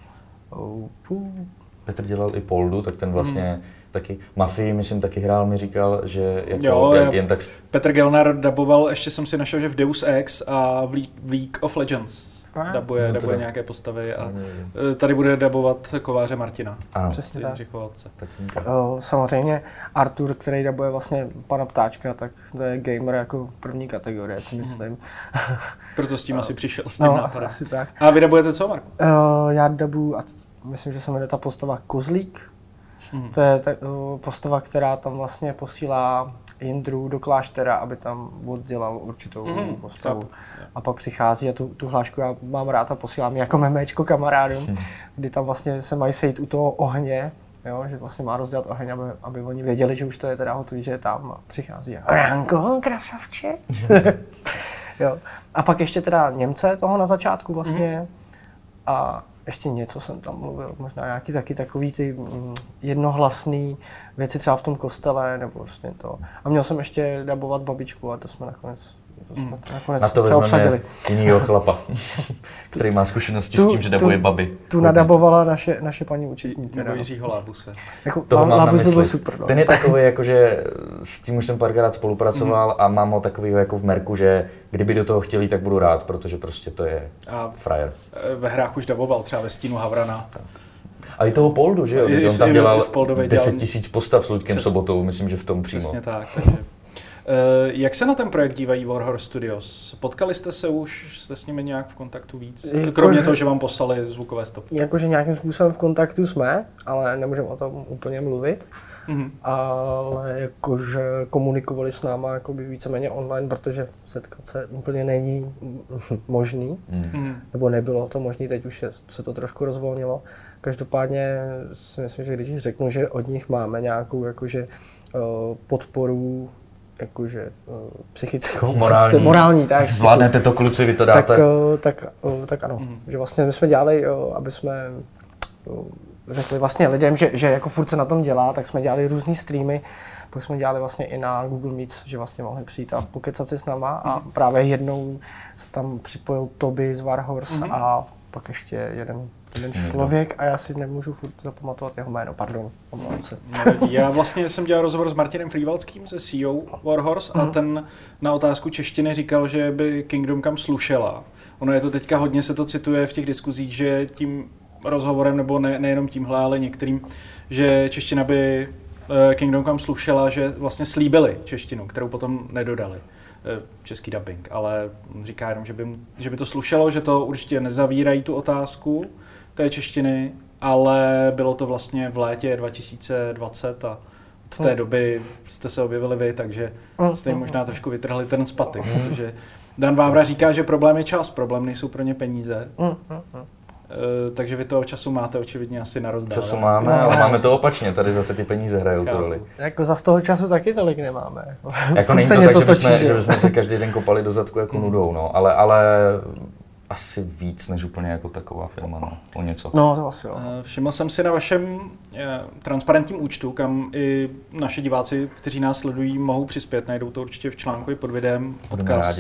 Petr dělal i Poldu, tak ten vlastně hmm. taky Mafii, myslím, taky hrál, mi říkal, že jako jo, jak, jen tak... Petr Gelnar daboval, ještě jsem si našel, že v Deus Ex a v League of Legends. Dabuje, no dabuje nějaké postavy a tady bude dabovat kováře Martina. Ano. Přesně tak. tak. Uh, samozřejmě Artur, který dabuje vlastně pana Ptáčka, tak to je gamer jako první kategorie, si myslím. Proto s tím uh, asi přišel, s tím no, nápadem. Asi tak. A vy dabujete co, Marku? Uh, já dabuju, a myslím, že se jmenuje ta postava Kozlík. Mm. To je ta, uh, postava, která tam vlastně posílá Jindru do kláštera, aby tam oddělal určitou mm, postavu. Chápu. A pak přichází a tu, tu hlášku já mám rád a posílám jako memečko kamarádům, mm. kdy tam vlastně se mají sejít u toho ohně, jo, že vlastně má rozdělat oheň, aby, aby oni věděli, že už to je teda hotový, že je tam a přichází a Ranko, krasavče. Jo. A pak ještě teda Němce toho na začátku vlastně mm. a ještě něco jsem tam mluvil, možná nějaký taky takový ty mm, jednohlasný věci třeba v tom kostele, nebo vlastně to. A měl jsem ještě dabovat babičku a to jsme nakonec, to jsme mm. nakonec na to vezmeme jinýho chlapa, který má zkušenosti tu, s tím, že dabuje tu, babi. Tu nadabovala naše, naše paní učitní. Nebo Jiřího Lábuse. Jako, Lábus by byl super. No. Ten je takový, jakože s tím už jsem párkrát spolupracoval mm. a mám ho takovýho jako v merku, že kdyby do toho chtěli, tak budu rád, protože prostě to je a frajer. Ve hrách už daboval třeba ve Stínu Havrana. Tak. A i toho Poldu, že jo? On tam dělal deset tisíc postav s Luďkem Sobotou, myslím, že v tom přímo. Přesně tak. Takže. Jak se na ten projekt dívají Warhorse Studios? Potkali jste se už, jste s nimi nějak v kontaktu víc? Jako, Kromě toho, že vám poslali zvukové stopy. Jakože nějakým způsobem v kontaktu jsme, ale nemůžeme o tom úplně mluvit. Mm-hmm. Ale jakože komunikovali s náma jakoby víceméně online, protože setkat se úplně není možný, mm-hmm. nebo nebylo to možné, teď už je, se to trošku rozvolnilo. Každopádně si myslím, že když řeknu, že od nich máme nějakou jakože, uh, podporu, jakože uh, psychickou, morální, morální tak, zvládnete to kluci, vy to dáte. Tak, uh, tak, uh, tak ano, mm-hmm. že vlastně my jsme dělali, uh, aby jsme uh, řekli vlastně lidem, že, že jako furt se na tom dělá, tak jsme dělali různý streamy, pak jsme dělali vlastně i na Google Meets, že vlastně mohli přijít a pokecat si s náma a mm-hmm. právě jednou se tam připojil Toby z Warhorse mm-hmm. a pak ještě jeden, jeden člověk a já si nemůžu furt zapamatovat jeho jméno, pardon, omlouvám se. Já vlastně jsem dělal rozhovor s Martinem Frývalským ze C E O Warhorse mm-hmm. a ten na otázku češtiny říkal, že by Kingdom Come slušela. Ono je to teďka hodně, se to cituje v těch diskuzích, že tím rozhovorem, nebo ne, nejenom tímhle, ale některým, že čeština by Kingdom Come slušela, že vlastně slíbili češtinu, kterou potom nedodali, český dubbing, ale říká jenom, že by, že by to slušelo, že to určitě nezavírají tu otázku té češtiny, ale bylo to vlastně v létě dva tisíce dvacet a od té doby jste se objevili vy, takže jste jim možná trošku vytrhli ten spatek, protože Dan Vávra říká, že problém je čas, problém nejsou pro ně peníze. Uh, takže vy toho času máte očividně asi na rozdávání. Času máme, ale máme to opačně, tady zase ty peníze hrajou tu roli. Jako za z toho času taky tolik nemáme. Jako není to tak, že bychom, že bychom se každý den kopali do zadku jako nudou, no, ale, ale asi víc než úplně jako taková firma, no, o něco. No, to asi jo. Uh, všiml jsem si na vašem uh, transparentním účtu, kam i naši diváci, kteří nás sledují, mohou přispět, najdou to určitě v článku i pod videem, odkaz.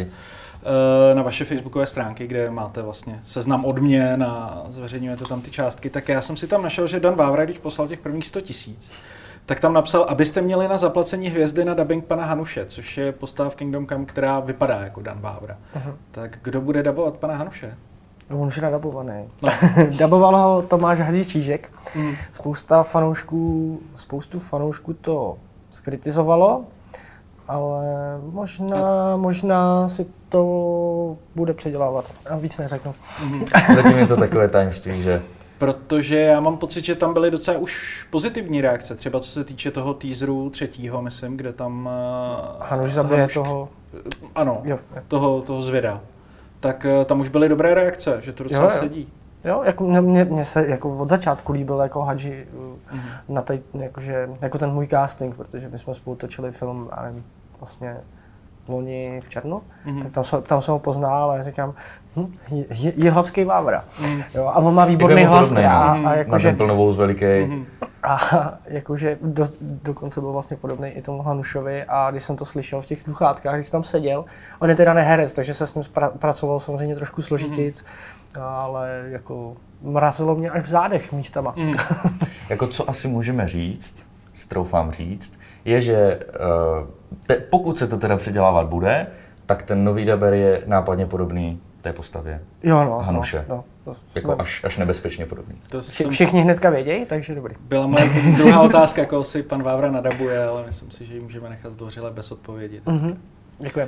Na vaše facebookové stránky, kde máte vlastně seznam odměn a zveřejňujete tam ty částky, tak já jsem si tam našel, že Dan Vávra, když poslal těch prvních sto tisíc, tak tam napsal, abyste měli na zaplacení hvězdy na dubbing pana Hanuše, což je postava v Kingdom Come, která vypadá jako Dan Vávra. Uh-huh. Tak kdo bude dabovat pana Hanuše? On už je nadabovaný. No. Daboval ho Tomáš Hadžičížek. Mm. Spousta fanoušků, spoustu fanoušků to skritizovalo, ale možná, možná si to bude předělávat. A víc neřeknu. Mm-hmm. Zatím je to takové tajemství, že? Protože já mám pocit, že tam byly docela už pozitivní reakce, třeba co se týče toho teaseru třetího, myslím, kde tam... Hanuš zabije Hanuš, toho... Ano, jo, jo. Toho, toho zvěda. Tak tam už byly dobré reakce, že to docela jo, jo. sedí. Jo, jako mě, mě se jako od začátku líbil jako Hadži mm-hmm. na tej, jakože, jako ten můj casting, protože my jsme spolu točili film, a nevím, vlastně loni v červnu, mm-hmm. tak tam, jsem, tam jsem ho poznal a říkám, hm, je, je hlavský Vávra. Mm-hmm. Jo, a on má výborný hlas. Podobný, a, a jakože, na ten plnovou z veliký. Mm-hmm. A jakože do, dokonce byl vlastně podobný i tomu Hanušovi a když jsem to slyšel v těch sluchátkách, když tam seděl, on je teda neherec, takže se s ním spra- pracoval samozřejmě trošku složitějc, mm-hmm. ale jako mrazilo mě až v zádech místama. Mm. Jako co asi můžeme říct, si troufám říct, je, že uh, te, pokud se to teda předělávat bude, tak ten nový daber je nápadně podobný té postavě jo, no, Hanuše. No, no, jako až, až nebezpečně podobný. To Vši, všichni hnedka vědějí, takže dobrý. Byla moje druhá otázka, koho si pan Vávra nadabuje, ale myslím si, že ji můžeme nechat zdvořile bez odpovědi. Mm-hmm. Děkujem.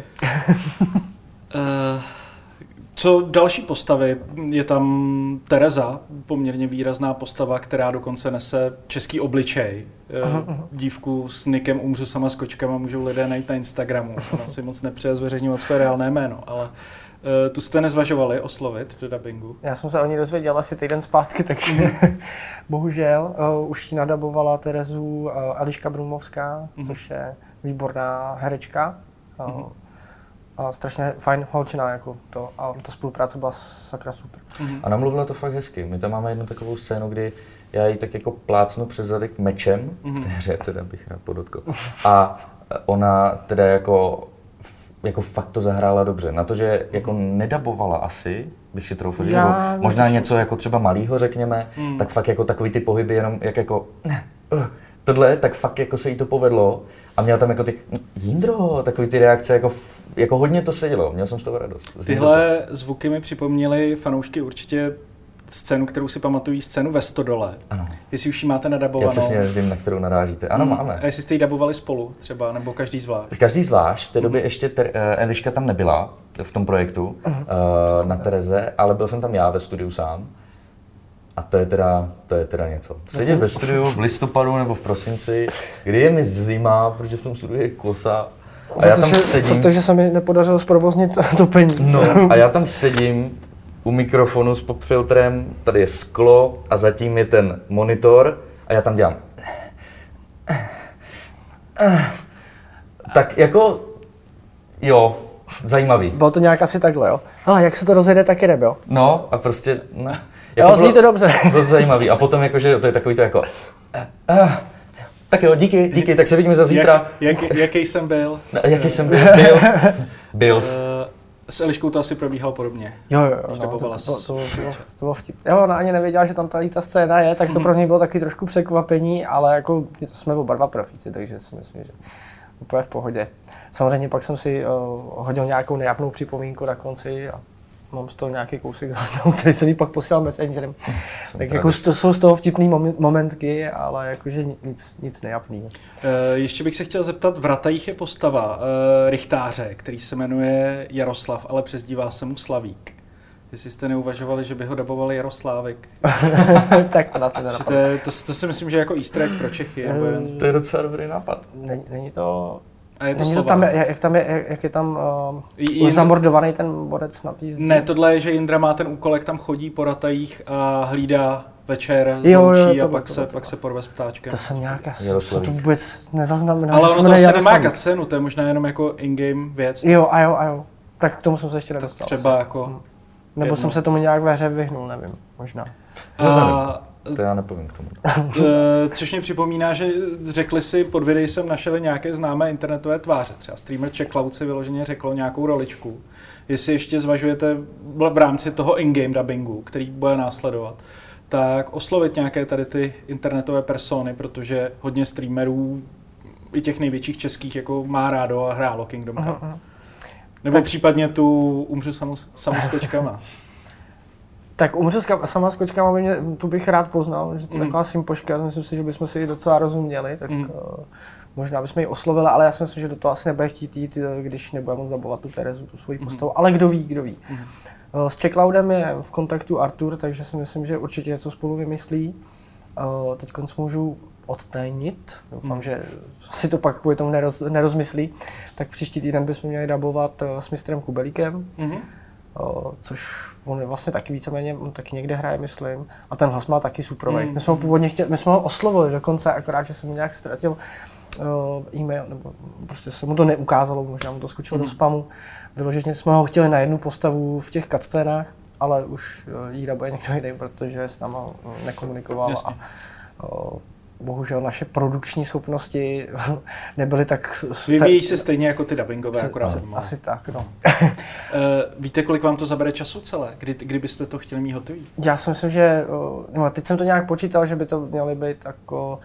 uh, Co další postavy? Je tam Tereza, poměrně výrazná postava, která dokonce nese český obličej. Aha, aha. Dívku s nikem Umřu sama s kočkama můžou lidé najít na Instagramu. Ona si moc nepřeje zveřejňovat své reálné jméno, ale uh, tu jste nezvažovali oslovit do dabingu? Já jsem se o ní dozvěděl asi týden zpátky, takže bohužel uh, už ji nadabovala Terezu uh, Eliška Brumovská, mm. což je výborná herečka. Uh, mm. A strašně fajn holčina, jako to, a ta spolupráce byla sakra super. Mm-hmm. A namluvila to fakt hezky. My tam máme jednu takovou scénu, kdy já ji tak jako plácnu přes zadek mečem, mm-hmm. v té hře teda bych rád podotkl. A ona teda jako, jako fakt to zahrála dobře. Na to, že jako nedabovala asi, bych si troufl, že možná něco jako třeba malýho řekněme, mm. tak fakt jako takový ty pohyby jenom jak jako uh, tohle, tak fakt jako se jí to povedlo. A měl tam jako ty, Jindro, takový ty reakce, jako, jako hodně to sedělo, měl jsem z toho radost. Tyhle zvuky mi připomněly fanoušky určitě scénu, kterou si pamatují, scénu ve Stodole. Ano. Jestli už ji máte nadabovanou. Já přesně vím, na kterou narážíte. Ano, hmm. máme. A jestli jste ji dabovali spolu třeba, nebo každý zvlášť? Každý zvlášť. V té době ještě ter, uh, Eliška tam nebyla v tom projektu uh, na Tereze, ale byl jsem tam já ve studiu sám. A to je teda, to je teda něco. Sedět ve studiu v listopadu nebo v prosinci, kdy je mi zima, protože v tom studiu je kosa. A já tam protože, sedím. Protože se mi nepodařilo zprovoznit topení. No, a já tam sedím u mikrofonu s popfiltrem, tady je sklo a zatím je ten monitor a já tam dělám. Tak jako, jo, zajímavý. Bylo to nějak asi takhle, jo? Ale jak se to rozjede, tak jde, jo? No a prostě, no. Jako jo, zní to dobře. Bylo to zajímavý a potom jakože to je takový to jako, uh, tak jo, díky, díky, tak se vidíme za zítra. Jak, jak, jaký jsem byl? No, jaký jsem byl? Byl. Bills. Uh, s Eliškou to asi probíhalo podobně. Jo, jo, jo. No, to, to, to, to, to, to bylo vtip. Jo, ona ani nevěděla, že tam tady ta scéna je, tak to pro mě bylo taky trošku překvapení, ale jako jsme oba dva profíci, takže si myslím, že úplně v pohodě. Samozřejmě pak jsem si uh, hodil nějakou nejapnou připomínku na konci a mám z toho nějaký kousek záznamu, který jsem jí pak posílal messengerem. Tak jako to jsou z toho vtipný momentky, ale jakože nic, nic nejapného. E, ještě bych se chtěl zeptat, v Ratajích je postava e, rychtáře, který se jmenuje Jaroslav, ale přezdívá se mu Slavík. Jestli jste neuvažovali, že by ho daboval Jaroslávek. Tak to nás nenapadlo. To, to, to si myslím, že jako easter egg pro Čechy. Um, to je docela dobrý nápad. Není, není to... A je to, není to tam, jak, tam je, jak je tam uh, Jindra... zamordovaný ten borec na té zdi? Ne, tohle je, že Jindra má ten úkol, jak tam chodí po Ratajích a hlídá večer z loučí a pak, se, pak se porve s ptáčkem. To jsem nějak, jsem to vůbec nezaznamenal. Ale ono to asi nemá cutscénu, to je možná jenom jako in-game věc. Jo, a jo, a jo. Tak k tomu jsem se ještě nedostal. Třeba jako... Hmm. Nebo jedno. Jsem se tomu nějak ve hře vyhnul, nevím, možná. A, to já nepovím k tomu. Což mě připomíná, že řekli si, pod videí jsem našel nějaké známé internetové tváře. Třeba streamer Checkloud si vyloženě řekl nějakou roličku. Jestli ještě zvažujete v rámci toho in-game dubbingu, který bude následovat, tak oslovit nějaké tady ty internetové persony, protože hodně streamerů, i těch největších českých, jako má rádo a hrálo Kingdom Come. Uh-huh. Nebo tak případně tu umřu samu, samu s kočkama. Tak umřu sama s kočkama, mě, tu bych rád poznal, že to je mm. taková simpoška, myslím si, že bychom si ji docela rozuměli, tak mm. uh, možná bychom ji oslovili, ale já si myslím, že do toho asi nebude chtít jít, když nebude moc dabovat tu Terezu, tu svoji mm. postavu, ale kdo ví, kdo ví. Mm. Uh, s Checkloudem je v kontaktu Artur, takže si myslím, že určitě něco spolu vymyslí. Uh, teď můžu odtajnit, doufám, mm. že si to pak kvůli tomu neroz, nerozmyslí, tak příští týden bychom měli dabovat uh, s mistrem Kubelíkem. Mm. Uh, což on je vlastně taky víceméně, on taky někde hraje, myslím, a ten hlas má taky suprovej. Mm. My jsme ho původně chtěli, my jsme ho oslovili dokonce, akorát, že jsem nějak ztratil uh, e-mail, nebo prostě se mu to neukázalo, možná mu to skočilo mm. do spamu. Vyloženě jsme ho chtěli na jednu postavu v těch cutscénách, ale už uh, jí dabuje někdo jiný, protože s náma nekomunikoval. Jasně. A uh, bohužel naše produkční schopnosti nebyly tak... Vyvíjí se stejně jako ty dubbingové, akorát. Asi, asi tak, no. Víte, kolik vám to zabere času celé? Kdy, kdybyste to chtěli mít hotový? Já si myslím, že... No, teď jsem to nějak počítal, že by to měly být jako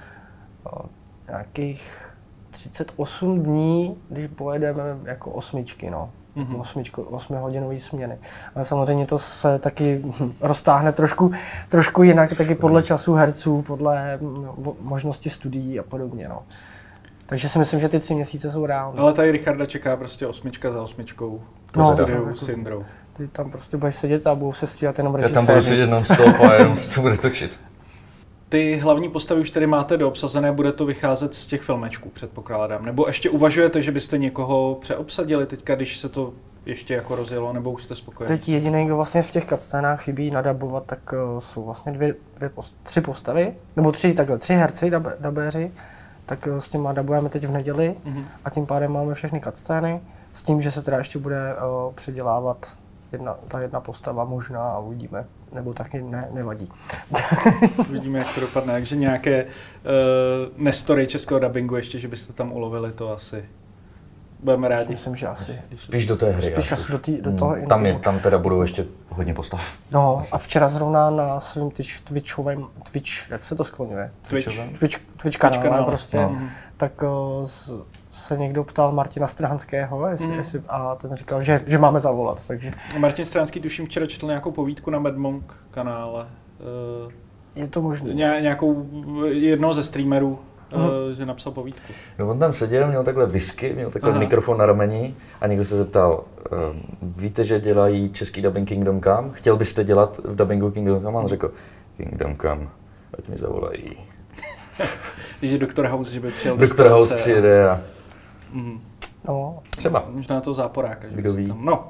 nějakých třicet osm dní, když pojedeme jako osmičky, no. Mm-hmm. Osmičko, osmihodinový směny. Ale samozřejmě to se taky roztáhne trošku, trošku jinak, taky podle času herců, podle no, možnosti studií a podobně. No. Takže si myslím, že ty tři měsíce jsou reálné. Ale tady Richarda čeká prostě osmička za osmičkou v tom no, studiu no, s Jindrou. Ty tam prostě budeš sedět a budou se stříhat jenom režiséři. Já tam budu sedět non-stop a jenom se to bude točit. Ty hlavní postavy už tedy máte doobsazené, bude to vycházet z těch filmečků, předpokládám. Nebo ještě uvažujete, že byste někoho přeobsadili teďka, když se to ještě jako rozjelo, nebo už jste spokojeni? Teď jediný, kdo vlastně v těch cutscénách chybí nadabovat, tak uh, jsou vlastně dvě, dvě post, tři postavy, nebo tři takhle, tři herci, dab, dabéři, tak uh, s těma dabujeme teď v neděli mm-hmm. a tím pádem máme všechny cutscény, s tím, že se teda ještě bude uh, předělávat jedna, ta jedna postava možná a uvidíme. Nebo taky ne, nevadí. Uvidíme, jak to dopadne. Takže nějaké uh, nestory českého dubbingu ještě, že byste tam ulovili, to asi budeme rádi. Myslím, že asi. Spíš do té hry. Spíš asi do, tý, do toho. Hmm. Tam, je, tam teda budou ještě hodně postav. No asi. A včera zrovna na svým Twitchovém, Twitch, jak se to skloňuje? Twitch. Twitch, Twitch, Twitch kanále, kanále prostě. No. Tak uh, se někdo ptal Martina Stránského, jestli, mm. jestli, a ten říkal, že, že máme zavolat. Takže... Martin Stránský tuším včera četl nějakou povídku na Madmonk kanále. Uh, je to možné. Ně, nějakou jednoho ze streamerů, mm. uh, že napsal povídku. No on tam seděl, měl takhle whisky, měl takhle Aha. mikrofon na rameni a někdo se zeptal, uh, víte, že dělají český dubbing Kingdom Come? Chtěl byste dělat v dubbingu Kingdom Come? A on řekl, Kingdom Come, ať mi zavolají. Když je doktor House, že by přijel do doktor House přijede a... Mm. No, třeba. Možná to záporáka, že kdo ví. Tam, no.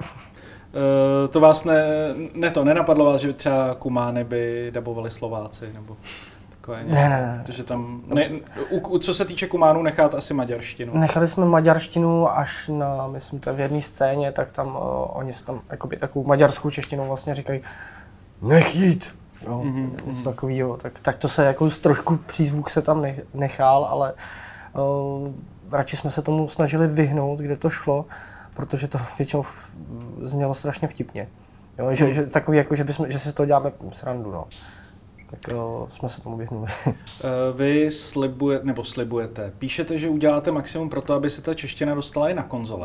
Uh, to vás ne, ne to, nenapadlo vás, že třeba Kumány by dabovali Slováci, nebo takové ne, ne, ne. Protože tam, ne, u, co se týče Kumánů, necháte asi maďarštinu. Nechali jsme maďarštinu až na, myslím, to v jedné scéně, tak tam uh, oni se tam jakoby takovou maďarskou češtinou vlastně říkají nech jít. No, mm-hmm. Něco takového, tak, tak to se jako trošku přízvuk se tam nechal, ale uh, radši jsme se tomu snažili vyhnout, kde to šlo, protože to většinou znělo strašně vtipně. Jo, mm. že, že, takový jako, že, bychom, že si to děláme srandu, no. Tak uh, jsme se tomu vyhnuli. uh, vy slibujete, nebo slibujete, píšete, že uděláte maximum pro to, aby se ta čeština dostala i na konzole.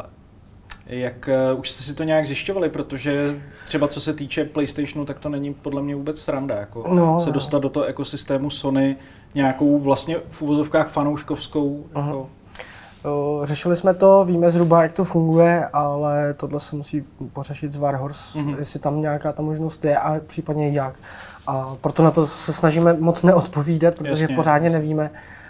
Jak uh, už jste si to nějak zjišťovali, protože třeba co se týče PlayStationu, tak to není podle mě vůbec sranda, jako no, se dostat do toho ekosystému Sony nějakou vlastně v uvozovkách fanouškovskou. Uh-huh. Jako... Uh, řešili jsme to, víme zhruba, jak to funguje, ale tohle se musí pořešit z Warhorse, uh-huh. jestli tam nějaká ta možnost je a případně jak. A proto na to se snažíme moc neodpovídat, protože jasně, pořádně jasně. nevíme.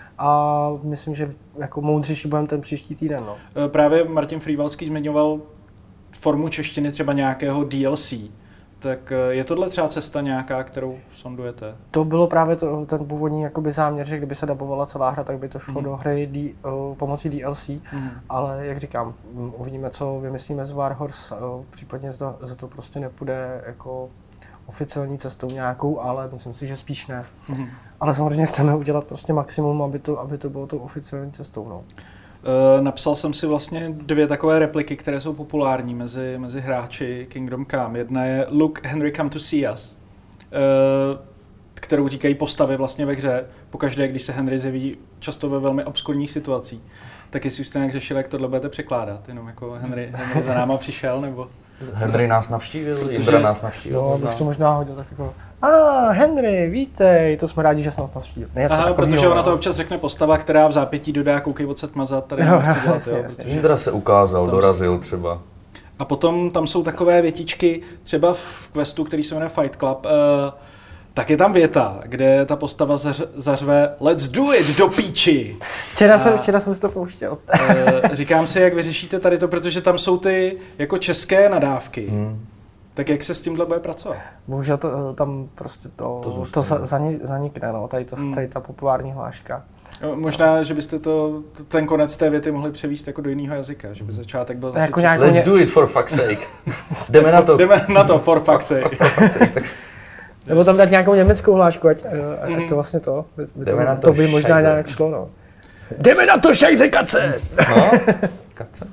A myslím, že jako moudřejší budeme ten příští týden. No. Právě Martin Frývalský zmiňoval formu češtiny třeba nějakého D L C. Tak je tohle třeba cesta nějaká, kterou sondujete? To bylo právě to, ten původní jakoby záměr, že kdyby se dabovala celá hra, tak by to šlo mm. do hry D, uh, pomocí D L C. Mm. Ale jak říkám, uvidíme, co vymyslíme z Warhorse. Uh, případně za, za to prostě nepůjde jako oficiální cestou nějakou, ale myslím si, že spíš ne. Mm. Ale samozřejmě chceme udělat prostě maximum, aby to, aby to bylo tou oficiální cestou. No. Uh, napsal jsem si vlastně dvě takové repliky, které jsou populární mezi, mezi hráči Kingdom Come. Jedna je Look, Henry, come to see us, uh, kterou říkají postavy vlastně ve hře, pokaždé, když se Henry zjeví často ve velmi obskurních situacích. Tak jestli jste nějak řešili, jak tohle budete překládat, jenom jako Henry, Henry za náma přišel, nebo... Henry nás navštívil, Jindra nás navštívil. Jo, bych to možná hodil tak jako, a ah, Henry, vítej, to jsme rádi, že jsi nás navštívil. Aha, protože ona to občas řekne postava, která v zápětí dodá, koukej odsaď mazat, tady jo, nechci dělat, jo, protože... Jindra se ukázal, dorazil třeba. A potom tam jsou takové větičky, třeba v questu, který se jmenuje Fight Club, uh, tak je tam věta, kde ta postava zař, zařve Let's do it, do píči. Včera, jsem, včera jsem si to pouštěl. uh, říkám si, jak vyřešíte tady to, protože tam jsou ty jako české nadávky. Hmm. Tak jak se s tímhle bude pracovat? Bohužel to, tam prostě to, to, to za, zanikne, no, tady, to, tady ta populární hláška. Možná, že byste to, ten konec té věty mohli převíst jako do jiného jazyka, že by začátek byl zase jako český. Let's do it for fuck's sake. Jdeme na to. Jdeme na to for fuck's sake. For, for, for sake. Nebo tam dát nějakou německou hlášku, ať, ať mm. to vlastně to, by to, to, to by možná šajze. Nějak šlo, no. Jdeme na to, šajze, kace! No, kace.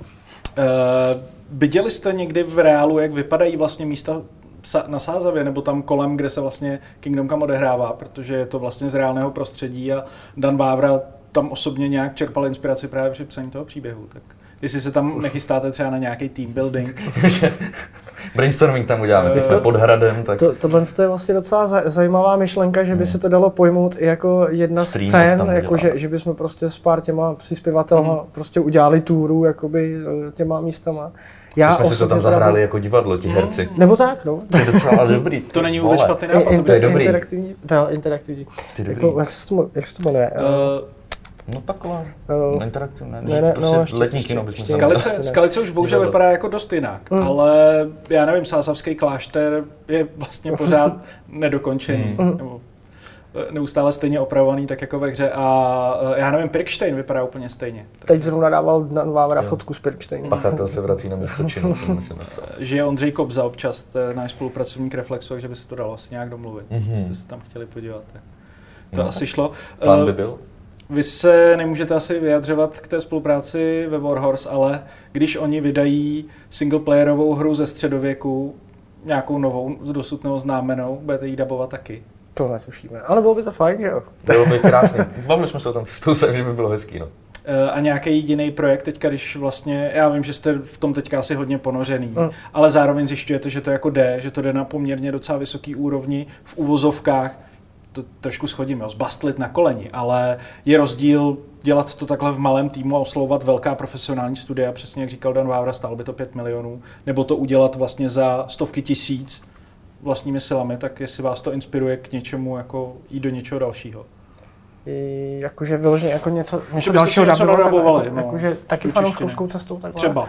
Uh, viděli jste někdy v reálu, jak vypadají vlastně místa na Sázavě, nebo tam kolem, kde se vlastně Kingdom Come odehrává, protože je to vlastně z reálného prostředí a Dan Vávra tam osobně nějak čerpal inspiraci právě při psaní toho příběhu. Tak jestli se tam nechystáte třeba na nějaký team building. Brainstorming tam uděláme, teď jsme pod hradem. Tak... To, tohle je vlastně docela zajímavá myšlenka, že by se to dalo pojmout i jako jedna z scén, jako že, že bychom prostě s pár těma přispěvatelma mm. prostě udělali túru jakoby těma místama. Já My jsme si to tam zahráli teda... jako divadlo, ti herci. Nebo tak, no. To je docela dobrý. To není vůbec špatný nápad. In, to je dobrý. Interaktivní. To je interaktivní. Ty dobrý. Jako, jak, se to, jak se to jmenuje? Uh, no takhle. Uh, no, interaktivní, ne, ne, prostě no, letní ještě, kino bychom se Skalice, Skalice už bohužel divadlo. Vypadá jako dost jinak, mm. ale já nevím, Sázavský klášter je vlastně pořád nedokončený. Mm. Nebo neustále stejně opravovaný, tak jako ve hře. A já nevím, Pirkstein vypadá úplně stejně. Teď zrovna dával Dan Vávra fotku s Pirksteinem. Pachatel se vrací na místo činu. Žije Ondřej Kobza občas, náš spolupracovník Reflexu, takže by se to dalo asi nějak domluvit. Mm-hmm. Jste se tam chtěli podívat. Tak. To no, asi šlo. Plán by byl? Vy se nemůžete asi vyjadřovat k té spolupráci ve Warhorse, ale když oni vydají singleplayerovou hru ze středověku, nějakou novou, dosud neoznámenou, budete jí dabovat taky? To netušíme, ale bylo by to fajn, že jo? Bylo by krásný. Bavili jsme se o tom cestou sem, že by bylo hezký, no. a nějaký jediný projekt teďka, když vlastně, já vím, že jste v tom teďka asi hodně ponořený, mm. ale zároveň zjišťujete, že to jako jde, že to jde na poměrně docela vysoký úrovni v uvozovkách, to trošku schodím, jo, zbastlit na koleni, ale je rozdíl dělat to takhle v malém týmu a oslovovat velká profesionální studia, přesně jak říkal Dan Vávra, stálo by to pět milionů, nebo to udělat vlastně za stovky tisíc vlastními silami, tak jestli vás to inspiruje k něčemu, jako jít do něčeho dalšího. I jakože vyloženě jako něco, něco dalšího něco nadabovali. Jako, no, jakože taky fanouškovskou cestou takhle. Třeba.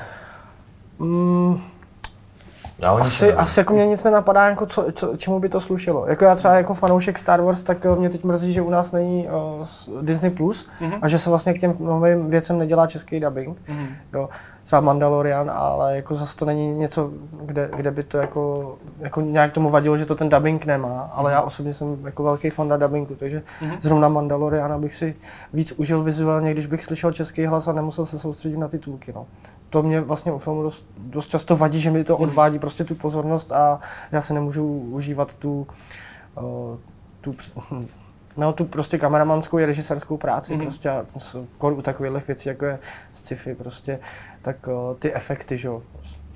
Mm, asi, asi jako mě nic nenapadá, jako co, co, čemu by to slušelo. Jako já třeba jako fanoušek Star Wars, tak mě teď mrzí, že u nás není uh, Disney Plus mm-hmm. a že se vlastně k těm novým věcem nedělá český dubbing. Mm-hmm. Jo, třeba Mandalorian, ale jako zase to není něco, kde, kde by to jako, jako nějak tomu vadilo, že to ten dubbing nemá, ale mm-hmm. já osobně jsem jako velký fan na dubbingu, takže mm-hmm. zrovna Mandaloriana bych si víc užil vizuálně, když bych slyšel český hlas a nemusel se soustředit na titulky. No. To mě vlastně u filmu dost, dost často vadí, že mi to odvádí prostě tu pozornost a já si nemůžu užívat tu, uh, tu, no, tu prostě kameramanskou i režisérskou práci. Mm-hmm. Prostě a u takových věcí, jako je sci-fi, prostě, tak uh, ty efekty, že jo.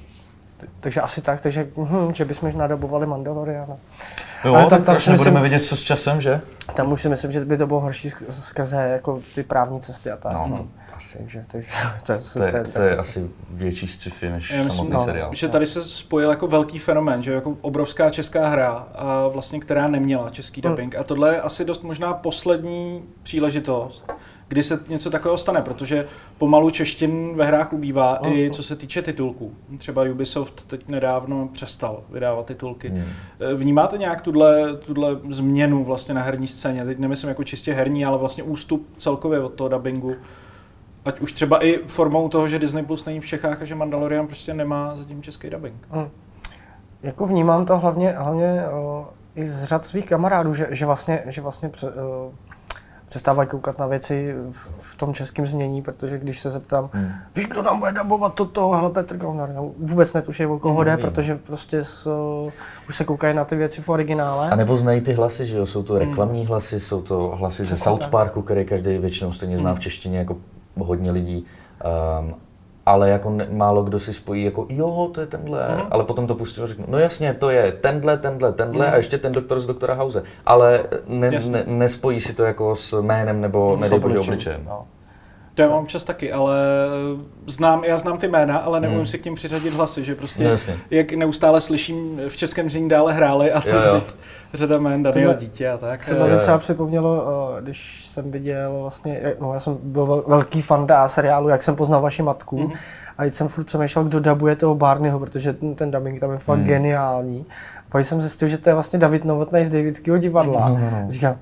Takže asi tak, takže hm, že bychom nadabovali Mandaloriana. Jo, ale tam, tam si nebudeme vidět, co s časem, že? Tam už si myslím, že by to bylo horší skrze jako ty právní cesty a tak. No, no. Asi. Takže, takže to, je, to, je, to, je, to je asi větší sci-fi než Já myslím, samotný no, seriál. Že tady se spojil jako velký fenomén, že jako obrovská česká hra, a vlastně, která neměla český dubbing. Hmm. A tohle je asi dost možná poslední příležitost, kdy se něco takového stane, protože pomalu češtin ve hrách ubývá hmm. i co se týče titulků. Třeba Ubisoft teď nedávno přestal vydávat titulky. Hmm. Vnímáte nějak tuhle, tuhle změnu vlastně na herní scéně? Teď nemyslím jako čistě herní, ale vlastně ústup celkově od toho dubbingu. Ať už třeba i formou toho, že Disney Plus není v Čechách a že Mandalorian prostě nemá zatím český dubbing. Hmm. Jako vnímám to hlavně, hlavně uh, i z řad svých kamarádů, že, že vlastně, že vlastně pře, uh, přestávají koukat na věci v, v tom českém znění, protože když se zeptám, hmm. víš, kdo tam bude dabovat toto, hele Petr Govnar, no, vůbec netuší, o koho jde, hmm. protože prostě s, uh, už se koukají na ty věci v originále. A nebo znají ty hlasy, že jo, jsou to reklamní hmm. hlasy, jsou to hlasy ze South Parku, který každý většinou stejně zná hmm. v češtině jako hodně lidí, um, ale jako ne, málo kdo si spojí jako jo, to je tenhle, mm. ale potom to pustí a řeknu, no jasně, to je tenhle, tenhle, tenhle mm. a ještě ten doktor z doktora House, ale ne, ne, nespojí si to jako s jménem nebo no, nedej bože obličejem. No. To já mám občas taky, ale znám, já znám ty jména, ale neumím hmm. si k tím přiřadit hlasy, že prostě no, jak neustále slyším v českém znění dále hráli a jo, jo. řada jmén, Daniel Dítě a tak. To mě třeba připomnělo, když jsem viděl vlastně, no já jsem byl velký fan dá seriálu, Jak jsem poznal vaši matku mm-hmm. a teď jsem furt přemýšlel, kdo dabuje toho Barneyho, protože ten, ten dubbing tam je fakt mm. geniální. A pak jsem zjistil, že to je vlastně David Novotný z Davidského divadla. No, no, no. Říkám,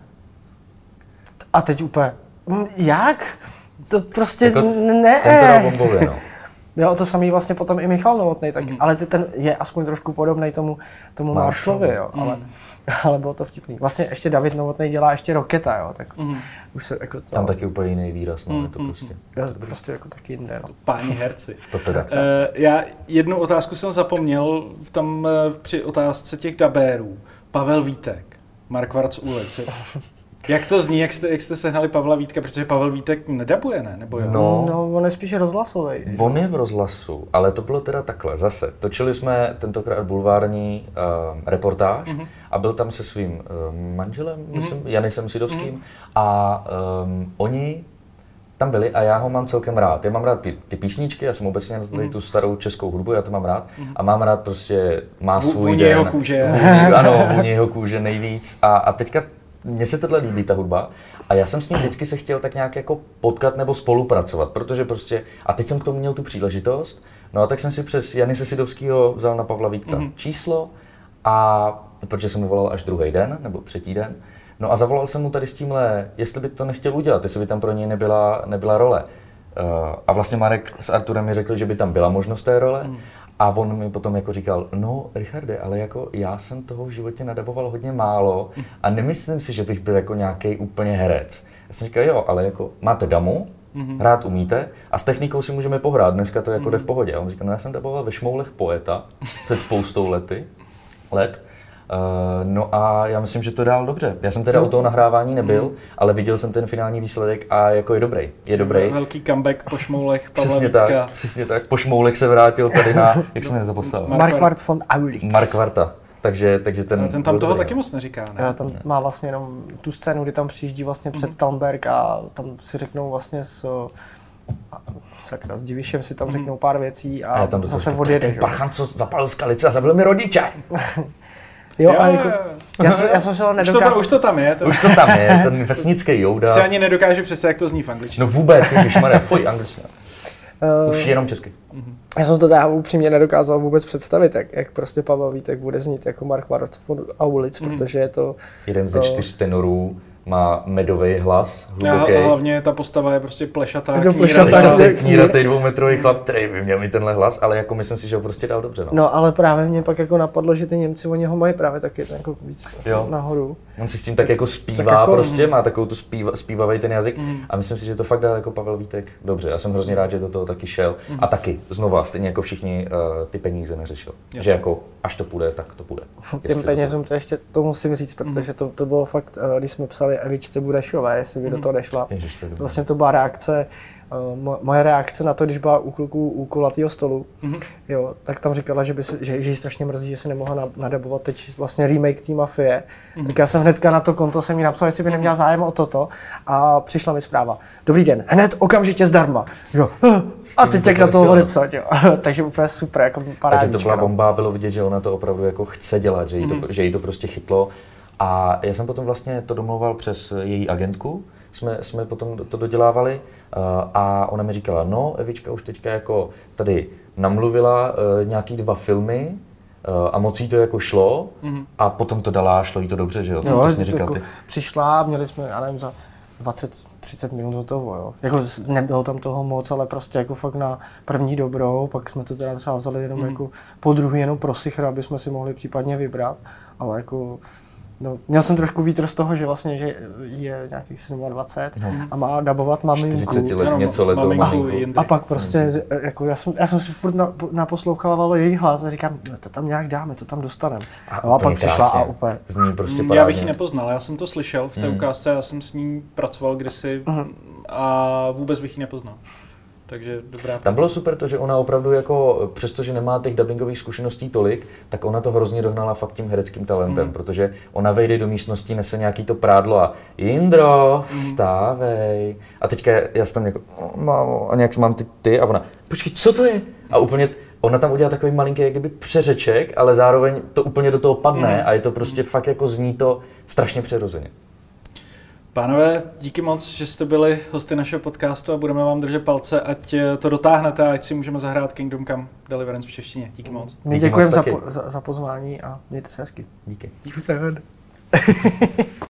a teď úplně, jak? To prostě jako ne. Ten to bombově, no. Jo, to samý vlastně potom i Michal Novotný, tak, mm. ale ten je aspoň trošku podobný tomu, tomu Marshallovi, jo, mm. ale, ale bylo to vtipný. Vlastně ještě David Novotný dělá ještě Roketa, jo, tak mm. už se jako to... Tam taky úplně jiný výraz, no, mm. je to prostě. Jo, prostě jako taky jinde, no. Páni herci. To teda. Uh, já jednu otázku jsem zapomněl, tam uh, při otázce těch dabérů. Pavel Vítek, Markvarc ulici. Jak to zní, jak jste, jak jste sehnali Pavla Vítka, protože Pavel Vítek nedabuje, ne? Nebo jo? No, no, on je spíš rozhlasový. On je v rozhlasu, ale to bylo teda takhle, zase. Točili jsme tentokrát bulvární uh, reportáž mm-hmm. a byl tam se svým uh, manželem, mm-hmm. myslím, Janisem Sidovským mm-hmm. a um, oni tam byli a já ho mám celkem rád. Já mám rád ty, ty písničky, já jsem obecně mm-hmm. tu starou českou hudbu, já to mám rád mm-hmm. a mám rád prostě, má svůj vůni den. jeho kůže. Vůni, ano, vůni jeho kůže nejvíc a, a teďka mně se tohle líbí, ta hudba, a já jsem s ním vždycky se chtěl tak nějak jako potkat nebo spolupracovat, protože prostě, a teď jsem k tomu měl tu příležitost, no a tak jsem si přes Janise Sidovského vzal na Pavla Vítka mm-hmm. číslo, a protože jsem mu volal až druhý den, nebo třetí den, no a zavolal jsem mu tady s tímhle, jestli by to nechtěl udělat, jestli by tam pro něj nebyla, nebyla role. Uh, a vlastně Marek s Arturem mi řekli, že by tam byla možnost té role, mm. a on mi potom jako říkal, no Richarde, ale jako já jsem toho v životě nadaboval hodně málo a nemyslím si, že bych byl jako nějaký úplně herec. Já jsem říkal, jo, ale jako máte damu, mm-hmm. hrát umíte a s technikou si můžeme pohrát, dneska to jako mm-hmm. jde v pohodě. A on říkal, no já jsem daboval ve Šmoulech Poeta před spoustou lety, let no a já myslím, že to dál dobře. Já jsem teda no. u toho nahrávání nebyl, mm. ale viděl jsem ten finální výsledek a jako je dobrý. Je dobrý. Velký comeback po šmoulech Pavla Přesně Vítka. tak, přesně tak. Po šmoulech se vrátil tady na, jak jsme to postavili? Marquardt von Aulitz. Marquardta. Takže, takže ten, ten tam toho taky moc neříká, ne? Tam má vlastně jenom tu scénu, kdy tam přijíždí vlastně před mm. Talmberg a tam si řeknou vlastně s sakra, s Divišem si tam řeknou pár věcí a, a tam zase odjede. Parchant, co zapalil skalice a zabil mi rodiče. Jo, jo, a jako, já jsem, já jsem šel nedokázal. Už to, už to tam je. Ten... Už to tam je, ten vesnický Jouda. Si ani nedokáže přece, jak to zní v angličtině. No vůbec, ježišmarja, fuj, angličtina. Už jenom česky. Já jsem to teda upřímně nedokázal vůbec představit, jak, jak prostě Pavel Vítek bude znít jako Marquardt von Aulitz, mm. protože je to... Jeden ze čtyř tenorů, má medový hlas, hluboký. A hlavně ta postava je prostě plešatá, kníratý dvoumetrový chlap, který by měl mít tenhle hlas, ale jako myslím si, že ho prostě dal dobře. No, no ale právě mě pak jako napadlo, že ty Němci, oni ho mají právě taky jako víc jo. nahoru. On si s tím tak jako zpívá tak jako, prostě, má takovou tu zpíva, zpívavý ten jazyk mm. a myslím si, že to fakt dal jako Pavel Vítek dobře. Já jsem hrozně rád, že do toho taky šel mm. a taky znova, stejně jako všichni uh, ty peníze neřešil. Jasně. Že jako až to půjde, tak to půjde. Těm penězům to ještě to musím říct, protože to, to bylo fakt, uh, když jsme psali Evičce Budešové, jestli by do toho nešla. Ježiš, to vlastně to byla reakce, uh, moje reakce na to, když byla u kluků u kulatýho stolu, mm-hmm. jo, tak tam říkala, že by se, že, že jí strašně mrzí, že se nemohla nadabovat teď vlastně remake té Mafie. Mm-hmm. Tak já jsem hnedka na to konto jsem jí napsal, jestli by neměla zájem o toto a přišla mi zpráva. Dobrý den, hned okamžitě zdarma. Jo. A teď jak na toho odepsat, jo. Takže úplně super, jako parádnička. Takže to byla bomba, bylo vidět, že ona to opravdu jako chce dělat, že jí to, mm-hmm. že jí to prostě chytlo. A já jsem potom vlastně to domlouval přes její agentku, jsme, jsme potom to dodělávali uh, a ona mi říkala, no Evička už teďka jako tady namluvila uh, nějaký dva filmy uh, a moc jí to jako šlo mm-hmm. a potom to dala, šlo jí to dobře, že jo? Jo, to jsi mi říkal jako ty. Přišla, měli jsme, já nevím, za dvacet třicet minut hotovo, jo. Jako nebylo tam toho moc, ale prostě jako fakt na první dobrou, pak jsme to teda třeba vzali jenom mm. jako po druhý jenom pro sichra, aby jsme si mohli případně vybrat, ale jako no, měl jsem trošku vítr z toho, že vlastně, že je nějakých dvacet sedm no. a má dabovat maminku. čtyřicet let něco letou maminku. A pak prostě, jako já jsem, já jsem si furt na, naposlouchával její hlas a říkám, no, to tam nějak dáme, to tam dostaneme. A, no, a pak přišla a úplně. Zní prostě parádně. Já bych ji nepoznal, já jsem to slyšel v té mm. ukázce, já jsem s ní pracoval kdysi mm. a vůbec bych ji nepoznal. Takže dobrá. Tam bylo super to, že ona opravdu jako, přestože nemá těch dubbingových zkušeností tolik, tak ona to hrozně dohnala fakt tím hereckým talentem, mm. protože ona vejde do místnosti, nese nějaký to prádlo a Jindro, vstávej. A teďka já jsem tam jako, mámo, a nějak mám ty ty a ona, počkej, co to je? A úplně, ona tam udělá takový malinký jak kdyby přeřeček, ale zároveň to úplně do toho padne mm. a je to prostě mm. fakt jako zní to strašně přirozeně. Pánové, díky moc, že jste byli hosty našeho podcastu a budeme vám držet palce, ať to dotáhnete a ať si můžeme zahrát Kingdom Come Deliverance v češtině. Díky moc. My děkujeme za, po, za, za pozvání a mějte se hezky. Díky. Díky se.